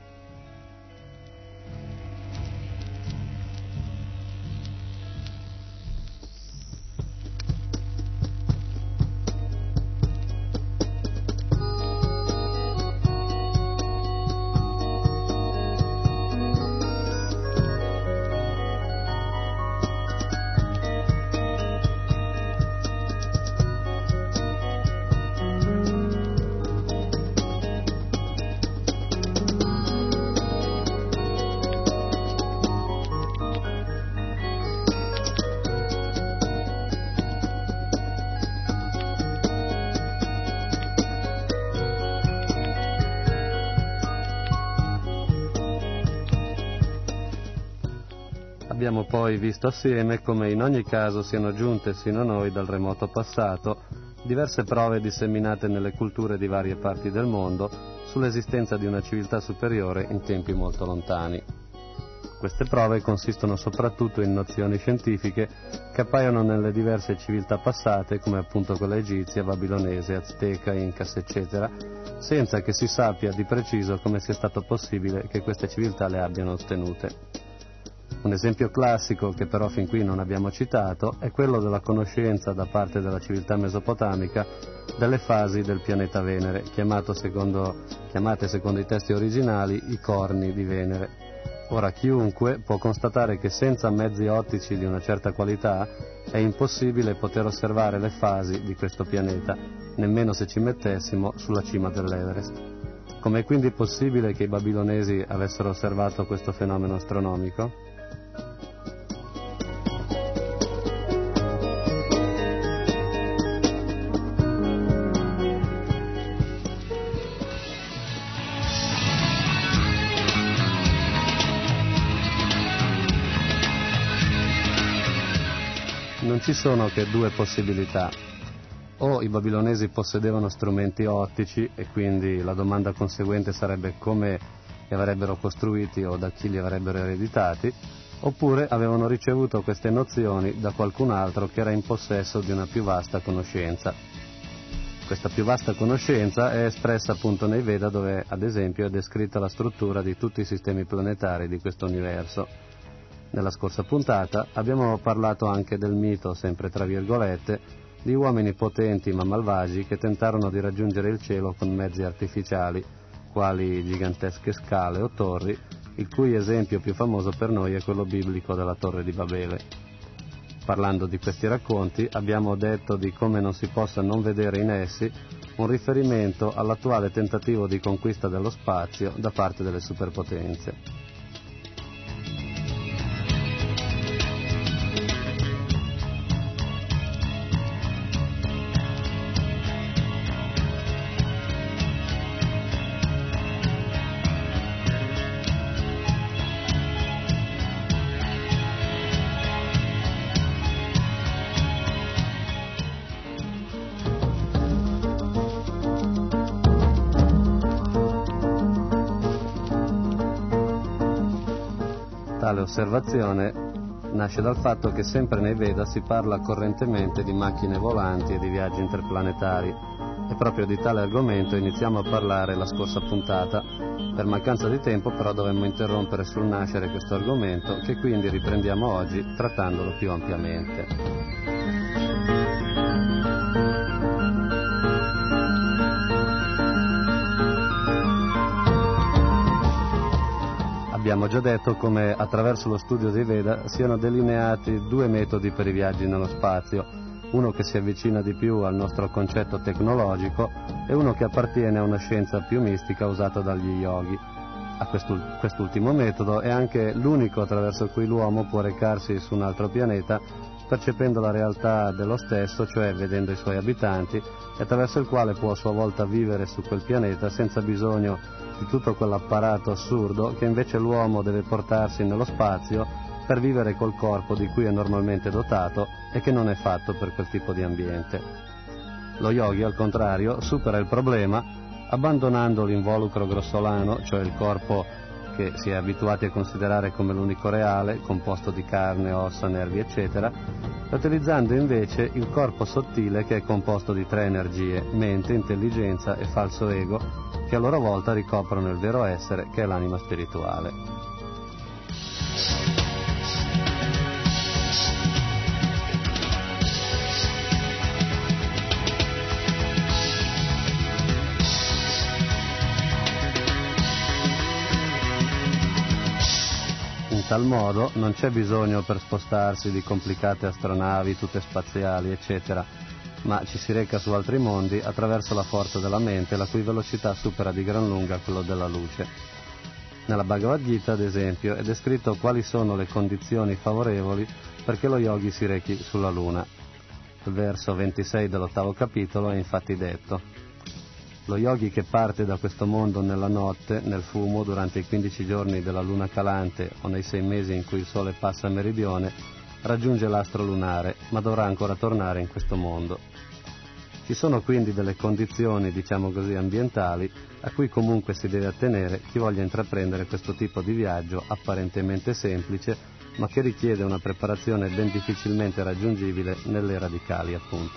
abbiamo poi visto assieme come in ogni caso siano giunte sino a noi dal remoto passato diverse prove disseminate nelle culture di varie parti del mondo sull'esistenza di una civiltà superiore in tempi molto lontani. Queste prove consistono soprattutto in nozioni scientifiche che appaiono nelle diverse civiltà passate, come appunto quella egizia, babilonese, azteca, incas, eccetera, senza che si sappia di preciso come sia stato possibile che queste civiltà le abbiano ottenute. Un esempio classico, che però fin qui non abbiamo citato, è quello della conoscenza da parte della civiltà mesopotamica delle fasi del pianeta Venere, chiamato secondo, chiamate secondo i testi originali i corni di Venere. Ora, chiunque può constatare che senza mezzi ottici di una certa qualità è impossibile poter osservare le fasi di questo pianeta, nemmeno se ci mettessimo sulla cima dell'Everest. Com'è quindi possibile che i babilonesi avessero osservato questo fenomeno astronomico? Non ci sono che due possibilità: o i babilonesi possedevano strumenti ottici e quindi la domanda conseguente sarebbe come li avrebbero costruiti o da chi li avrebbero ereditati, oppure avevano ricevuto queste nozioni da qualcun altro che era in possesso di una più vasta conoscenza. Questa più vasta conoscenza è espressa appunto nei Veda, dove ad esempio è descritta la struttura di tutti i sistemi planetari di questo universo. Nella scorsa puntata abbiamo parlato anche del mito, sempre tra virgolette, di uomini potenti ma malvagi che tentarono di raggiungere il cielo con mezzi artificiali, quali gigantesche scale o torri, il cui esempio più famoso per noi è quello biblico della Torre di Babele. Parlando di questi racconti, abbiamo detto di come non si possa non vedere in essi un riferimento all'attuale tentativo di conquista dello spazio da parte delle superpotenze. Tale osservazione nasce dal fatto che sempre nei Veda si parla correntemente di macchine volanti e di viaggi interplanetari, e proprio di tale argomento iniziamo a parlare la scorsa puntata. Per mancanza di tempo però dovemmo interrompere sul nascere questo argomento, che quindi riprendiamo oggi trattandolo più ampiamente. Abbiamo già detto come attraverso lo studio dei Veda siano delineati due metodi per i viaggi nello spazio, uno che si avvicina di più al nostro concetto tecnologico e uno che appartiene a una scienza più mistica usata dagli yogi. A quest'ul- quest'ultimo metodo è anche l'unico attraverso cui l'uomo può recarsi su un altro pianeta percependo la realtà dello stesso, cioè vedendo i suoi abitanti, e attraverso il quale può a sua volta vivere su quel pianeta senza bisogno di tutto quell'apparato assurdo che invece l'uomo deve portarsi nello spazio per vivere col corpo di cui è normalmente dotato e che non è fatto per quel tipo di ambiente. Lo yogi, al contrario, supera il problema abbandonando l'involucro grossolano, cioè il corpo che si è abituati a considerare come l'unico reale, composto di carne, ossa, nervi, eccetera, utilizzando invece il corpo sottile che è composto di tre energie: mente, intelligenza e falso ego, che a loro volta ricoprono il vero essere, che è l'anima spirituale. In tal modo non c'è bisogno per spostarsi di complicate astronavi, tutte spaziali, eccetera, ma ci si reca su altri mondi attraverso la forza della mente, la cui velocità supera di gran lunga quello della luce. Nella Bhagavad Gita, ad esempio, è descritto quali sono le condizioni favorevoli perché lo yogi si rechi sulla Luna. Il verso ventisei dell'ottavo capitolo è infatti detto: Lo yogi che parte da questo mondo nella notte, nel fumo, durante i quindici giorni della luna calante o nei sei mesi in cui il sole passa a meridione, raggiunge l'astro lunare, ma dovrà ancora tornare in questo mondo. Ci sono quindi delle condizioni, diciamo così, ambientali, a cui comunque si deve attenere chi voglia intraprendere questo tipo di viaggio apparentemente semplice, ma che richiede una preparazione ben difficilmente raggiungibile nelle radicali, appunto.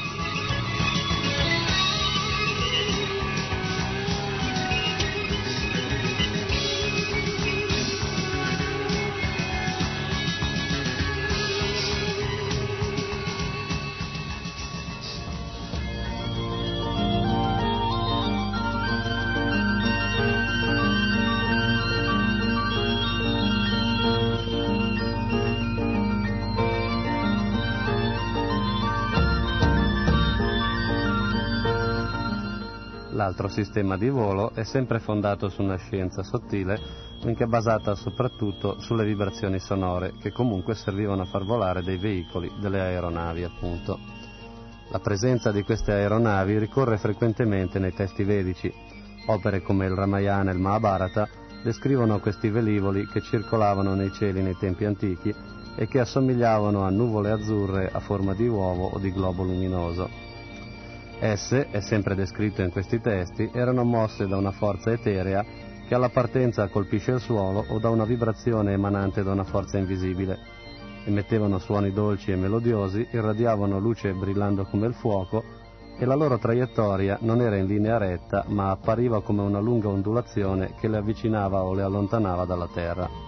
L'altro sistema di volo è sempre fondato su una scienza sottile, benché basata soprattutto sulle vibrazioni sonore, che comunque servivano a far volare dei veicoli, delle aeronavi appunto. La presenza di queste aeronavi ricorre frequentemente nei testi vedici. Opere come il Ramayana e il Mahabharata descrivono questi velivoli che circolavano nei cieli nei tempi antichi e che assomigliavano a nuvole azzurre a forma di uovo o di globo luminoso. Esse, è sempre descritto in questi testi, erano mosse da una forza eterea che alla partenza colpisce il suolo o da una vibrazione emanante da una forza invisibile. Emettevano suoni dolci e melodiosi, irradiavano luce brillando come il fuoco e la loro traiettoria non era in linea retta ma appariva come una lunga ondulazione che le avvicinava o le allontanava dalla terra.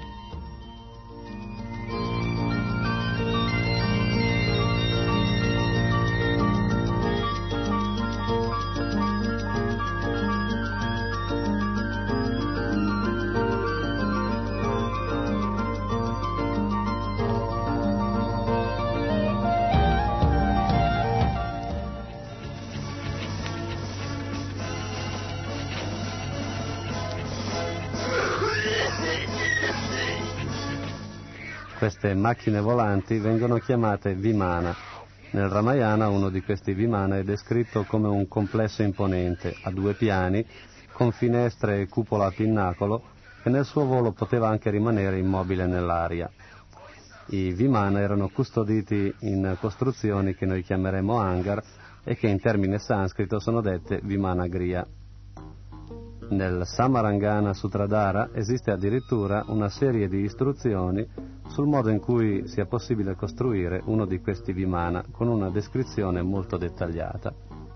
Queste macchine volanti vengono chiamate Vimana. Nel Ramayana uno di questi Vimana è descritto come un complesso imponente, a due piani, con finestre e cupola a pinnacolo, e nel suo volo poteva anche rimanere immobile nell'aria. I Vimana erano custoditi in costruzioni che noi chiameremo hangar e che in termine sanscrito sono dette Vimana Griha. Nel Samarangana Sutradhara esiste addirittura una serie di istruzioni sul modo in cui sia possibile costruire uno di questi Vimana, con una descrizione molto dettagliata.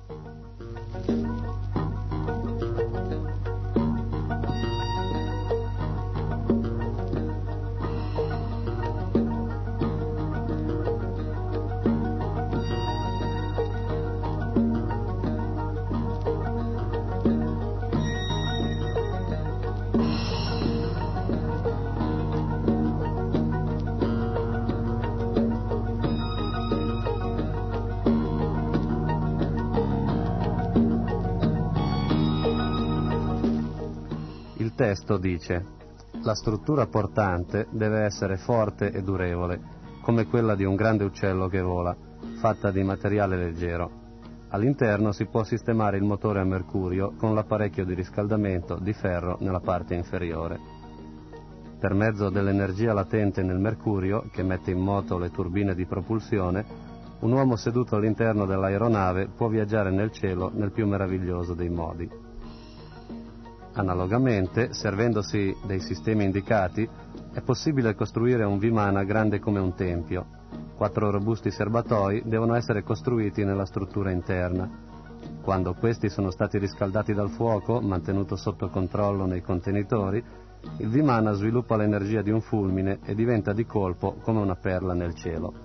Il testo dice: la struttura portante deve essere forte e durevole, come quella di un grande uccello che vola, fatta di materiale leggero. All'interno si può sistemare il motore a mercurio con l'apparecchio di riscaldamento di ferro nella parte inferiore. Per mezzo dell'energia latente nel mercurio, che mette in moto le turbine di propulsione, un uomo seduto all'interno dell'aeronave può viaggiare nel cielo nel più meraviglioso dei modi. Analogamente, servendosi dei sistemi indicati, è possibile costruire un Vimana grande come un tempio. Quattro robusti serbatoi devono essere costruiti nella struttura interna. Quando questi sono stati riscaldati dal fuoco, mantenuto sotto controllo nei contenitori, il Vimana sviluppa l'energia di un fulmine e diventa di colpo come una perla nel cielo.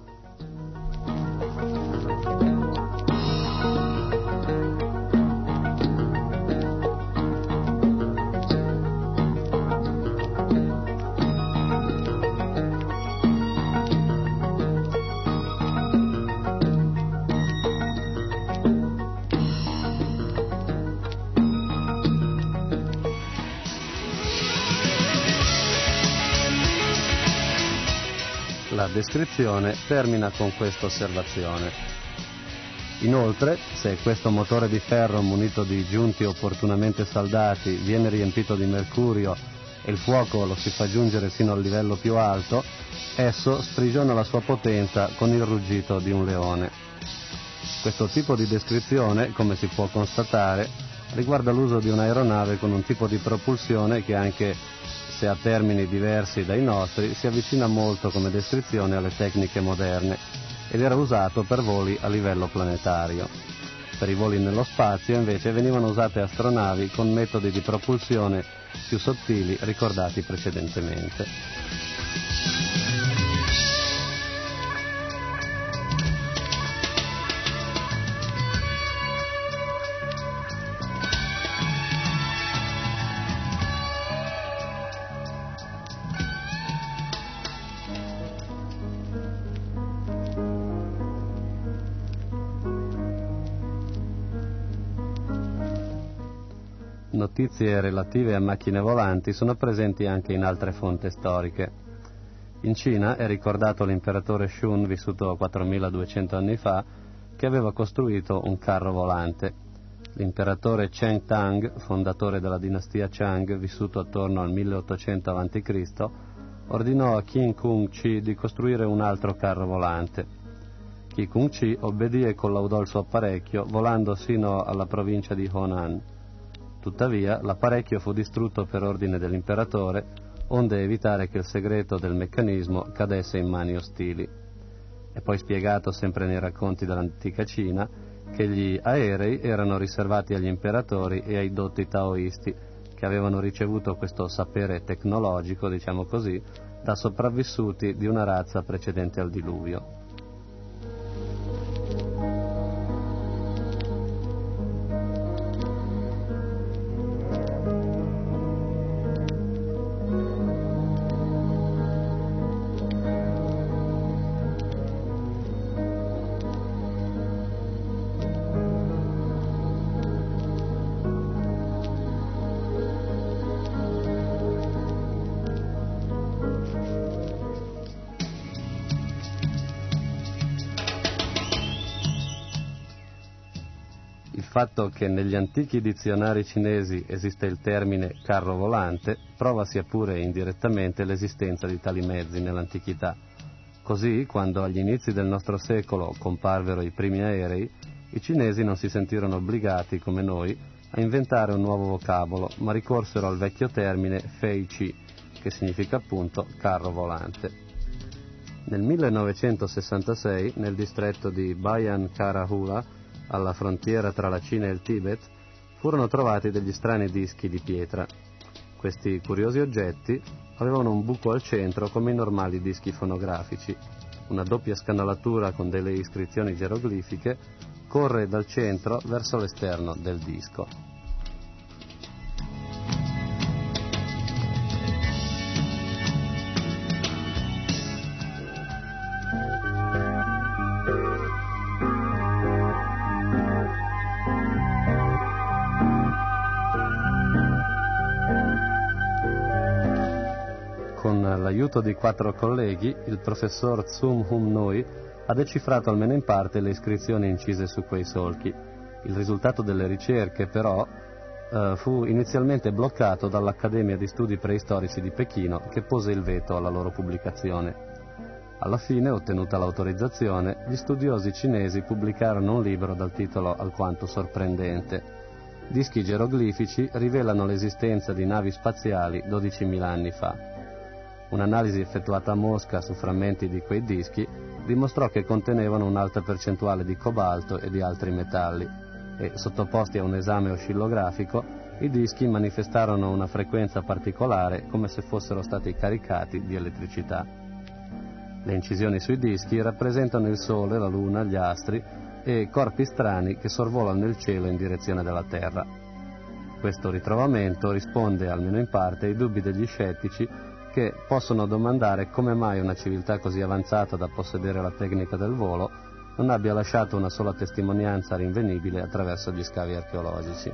La descrizione termina con questa osservazione. Inoltre, se questo motore di ferro munito di giunti opportunamente saldati viene riempito di mercurio e il fuoco lo si fa giungere sino al livello più alto, esso sprigiona la sua potenza con il ruggito di un leone. Questo tipo di descrizione, come si può constatare, riguarda l'uso di un'aeronave con un tipo di propulsione che, anche se a termini diversi dai nostri, si avvicina molto come descrizione alle tecniche moderne, ed era usato per voli a livello planetario. Per i voli nello spazio, invece, venivano usate astronavi con metodi di propulsione più sottili ricordati precedentemente. Notizie relative a macchine volanti sono presenti anche in altre fonti storiche. In Cina è ricordato l'imperatore Shun, vissuto quattromiladuecento anni fa, che aveva costruito un carro volante. L'imperatore Cheng Tang, fondatore della dinastia Chang, vissuto attorno al milleottocento avanti Cristo, ordinò a Qin Kung Chi di costruire un altro carro volante. Qin Kung Chi obbedì e collaudò il suo apparecchio, volando sino alla provincia di Honan. Tuttavia, l'apparecchio fu distrutto per ordine dell'imperatore, onde evitare che il segreto del meccanismo cadesse in mani ostili. È poi spiegato, sempre nei racconti dell'antica Cina, che gli aerei erano riservati agli imperatori e ai dotti taoisti, che avevano ricevuto questo sapere tecnologico, diciamo così, da sopravvissuti di una razza precedente al diluvio. Il fatto che negli antichi dizionari cinesi esiste il termine carro volante prova sia pure indirettamente l'esistenza di tali mezzi nell'antichità. Così, quando agli inizi del nostro secolo comparvero i primi aerei, i cinesi non si sentirono obbligati, come noi, a inventare un nuovo vocabolo, ma ricorsero al vecchio termine fei qi, che significa appunto carro volante. Nel millenovecentosessantasei, nel distretto di Bayan Khara Hula, alla frontiera tra la Cina e il Tibet, furono trovati degli strani dischi di pietra. Questi curiosi oggetti avevano un buco al centro come i normali dischi fonografici. Una doppia scanalatura con delle iscrizioni geroglifiche corre dal centro verso l'esterno del disco. L'aiuto di quattro colleghi, il professor Tsum Hum Noi ha decifrato almeno in parte le iscrizioni incise su quei solchi. Il risultato delle ricerche, però, eh, fu inizialmente bloccato dall'Accademia di Studi Preistorici di Pechino, che pose il veto alla loro pubblicazione. Alla fine, ottenuta l'autorizzazione, gli studiosi cinesi pubblicarono un libro dal titolo alquanto sorprendente. Dischi geroglifici rivelano l'esistenza di navi spaziali dodicimila anni fa. Un'analisi effettuata a Mosca su frammenti di quei dischi dimostrò che contenevano un'alta percentuale di cobalto e di altri metalli e, sottoposti a un esame oscillografico, i dischi manifestarono una frequenza particolare come se fossero stati caricati di elettricità. Le incisioni sui dischi rappresentano il Sole, la Luna, gli astri e corpi strani che sorvolano il cielo in direzione della Terra. Questo ritrovamento risponde, almeno in parte, ai dubbi degli scettici che possono domandare come mai una civiltà così avanzata da possedere la tecnica del volo non abbia lasciato una sola testimonianza rinvenibile attraverso gli scavi archeologici.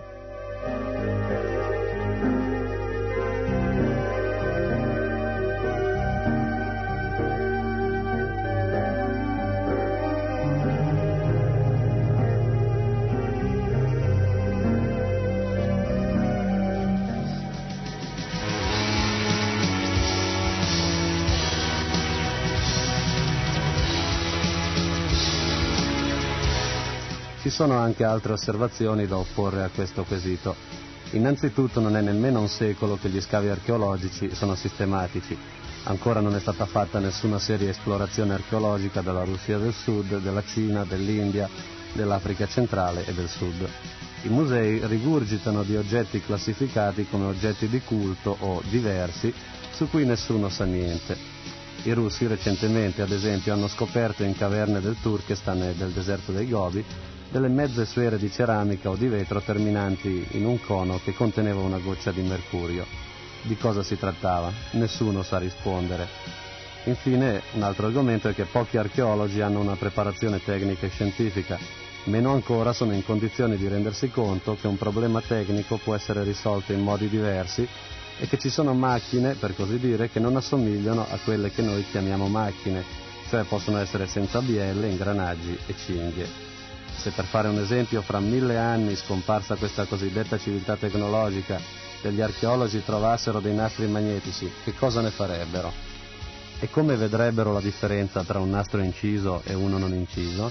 ci sono anche altre osservazioni da opporre a questo quesito. Innanzitutto non è nemmeno un secolo che gli scavi archeologici sono sistematici. Ancora non è stata fatta nessuna seria esplorazione archeologica della Russia del Sud, della Cina, dell'India, dell'Africa centrale e del Sud. I musei rigurgitano di oggetti classificati come oggetti di culto o diversi, su cui nessuno sa niente. I russi recentemente, ad esempio, hanno scoperto in caverne del Turkestan e del deserto dei Gobi delle mezze sfere di ceramica o di vetro terminanti in un cono che conteneva una goccia di mercurio. Di cosa si trattava? Nessuno sa rispondere. Infine, un altro argomento è che pochi archeologi hanno una preparazione tecnica e scientifica, meno ancora sono in condizioni di rendersi conto che un problema tecnico può essere risolto in modi diversi e che ci sono macchine, per così dire, che non assomigliano a quelle che noi chiamiamo macchine, cioè possono essere senza bielle, ingranaggi e cinghie. Se per fare un esempio fra mille anni, scomparsa questa cosiddetta civiltà tecnologica, degli archeologi trovassero dei nastri magnetici, che cosa ne farebbero? E come vedrebbero la differenza tra un nastro inciso e uno non inciso?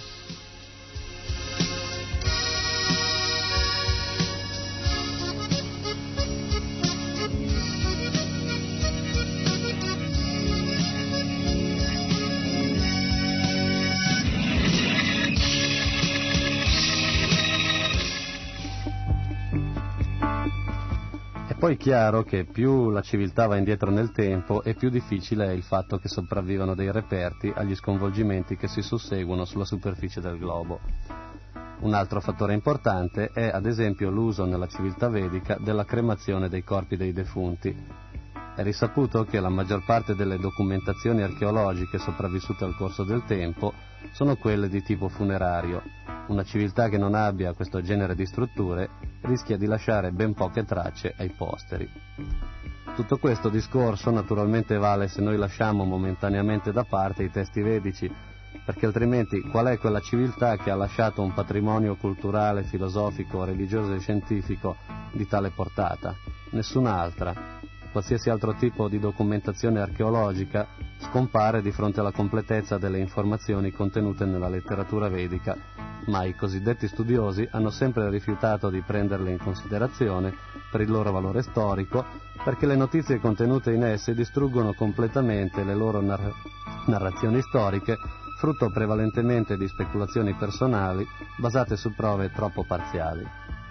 Poi è chiaro che più la civiltà va indietro nel tempo e più difficile è il fatto che sopravvivano dei reperti agli sconvolgimenti che si susseguono sulla superficie del globo. Un altro fattore importante è ad esempio l'uso nella civiltà vedica della cremazione dei corpi dei defunti. È risaputo che la maggior parte delle documentazioni archeologiche sopravvissute al corso del tempo sono quelle di tipo funerario. Una civiltà che non abbia questo genere di strutture rischia di lasciare ben poche tracce ai posteri. Tutto questo discorso naturalmente vale se noi lasciamo momentaneamente da parte i testi vedici, perché altrimenti qual è quella civiltà che ha lasciato un patrimonio culturale, filosofico, religioso e scientifico di tale portata? Nessun'altra. Qualsiasi altro tipo di documentazione archeologica scompare di fronte alla completezza delle informazioni contenute nella letteratura vedica, ma i cosiddetti studiosi hanno sempre rifiutato di prenderle in considerazione per il loro valore storico, perché le notizie contenute in esse distruggono completamente le loro nar- narrazioni storiche, frutto prevalentemente di speculazioni personali basate su prove troppo parziali.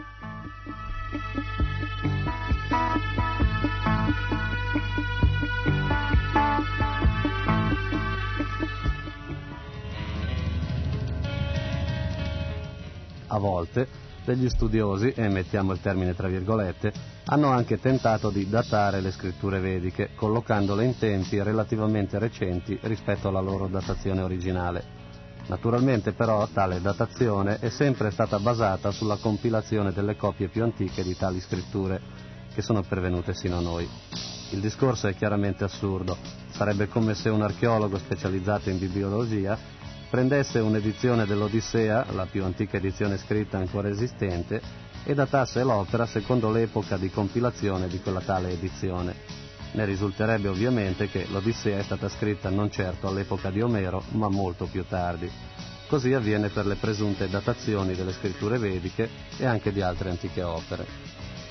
A volte degli studiosi, e mettiamo il termine tra virgolette, hanno anche tentato di datare le scritture vediche, collocandole in tempi relativamente recenti rispetto alla loro datazione originale. Naturalmente però tale datazione è sempre stata basata sulla compilazione delle copie più antiche di tali scritture che sono pervenute sino a noi. Il discorso è chiaramente assurdo. Sarebbe come se un archeologo specializzato in bibliologia prendesse un'edizione dell'Odissea, la più antica edizione scritta ancora esistente, e datasse l'opera secondo l'epoca di compilazione di quella tale edizione. Ne risulterebbe ovviamente che l'Odissea è stata scritta non certo all'epoca di Omero, ma molto più tardi. Così avviene per le presunte datazioni delle scritture vediche e anche di altre antiche opere.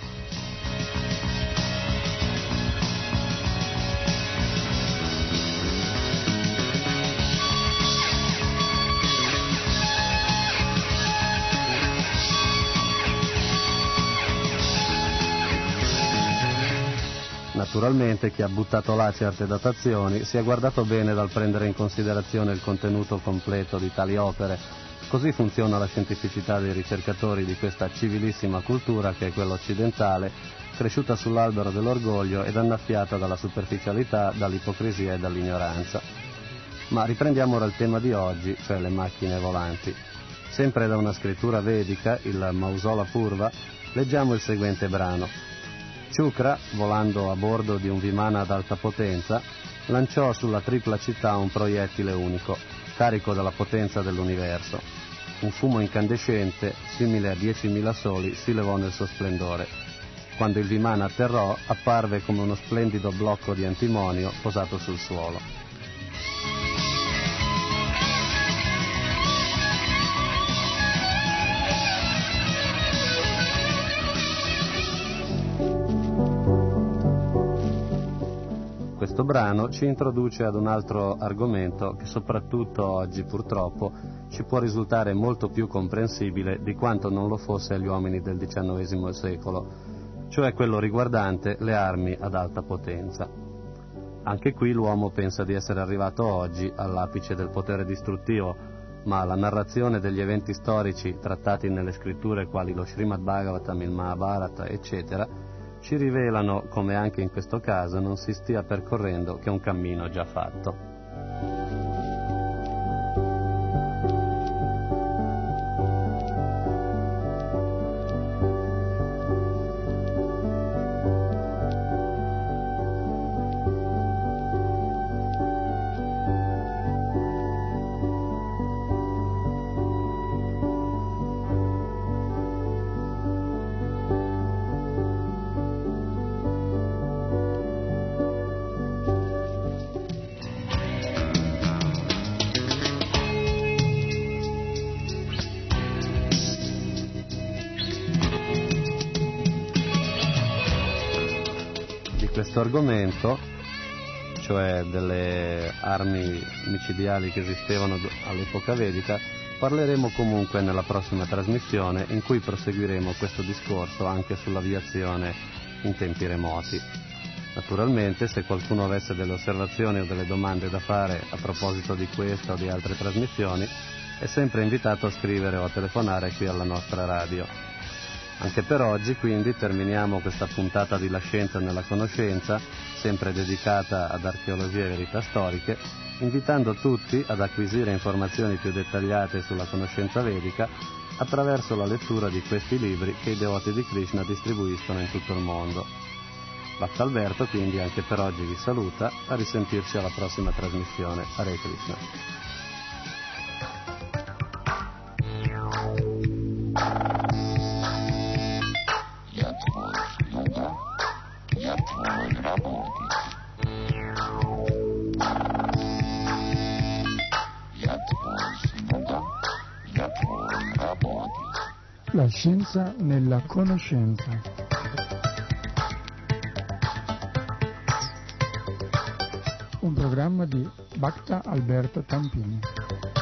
Naturalmente chi ha buttato là certe datazioni si è guardato bene dal prendere in considerazione il contenuto completo di tali opere. Così funziona la scientificità dei ricercatori di questa civilissima cultura che è quella occidentale, cresciuta sull'albero dell'orgoglio ed annaffiata dalla superficialità, dall'ipocrisia e dall'ignoranza. Ma riprendiamo ora il tema di oggi, cioè le macchine volanti. Sempre da una scrittura vedica, il Mausala Purva, leggiamo il seguente brano. Shukra, volando a bordo di un Vimana ad alta potenza, lanciò sulla tripla città un proiettile unico, carico della potenza dell'universo. Un fumo incandescente, simile a diecimila soli, si levò nel suo splendore. Quando il Vimana atterrò, apparve come uno splendido blocco di antimonio posato sul suolo. questo brano ci introduce ad un altro argomento che soprattutto oggi purtroppo ci può risultare molto più comprensibile di quanto non lo fosse agli uomini del diciannovesimo secolo, cioè quello riguardante le armi ad alta potenza. Anche qui l'uomo pensa di essere arrivato oggi all'apice del potere distruttivo, ma la narrazione degli eventi storici trattati nelle scritture quali lo Srimad Bhagavatam, il Mahabharata, eccetera, ci rivelano come anche in questo caso non si stia percorrendo che un cammino già fatto. Questo argomento, cioè delle armi micidiali che esistevano all'epoca vedica, parleremo comunque nella prossima trasmissione, in cui proseguiremo questo discorso anche sull'aviazione in tempi remoti. Naturalmente, se qualcuno avesse delle osservazioni o delle domande da fare a proposito di questa o di altre trasmissioni, è sempre invitato a scrivere o a telefonare qui alla nostra radio. Anche per oggi, quindi, terminiamo questa puntata di La Scienza nella Conoscenza, sempre dedicata ad archeologia e verità storiche, invitando tutti ad acquisire informazioni più dettagliate sulla conoscenza vedica attraverso la lettura di questi libri che i devoti di Krishna distribuiscono in tutto il mondo. Bhakta Alberto, quindi, anche per oggi vi saluta, a risentirci alla prossima trasmissione. Hare Krishna. La scienza nella conoscenza. Un programma di Bhakta Alberto Tampini.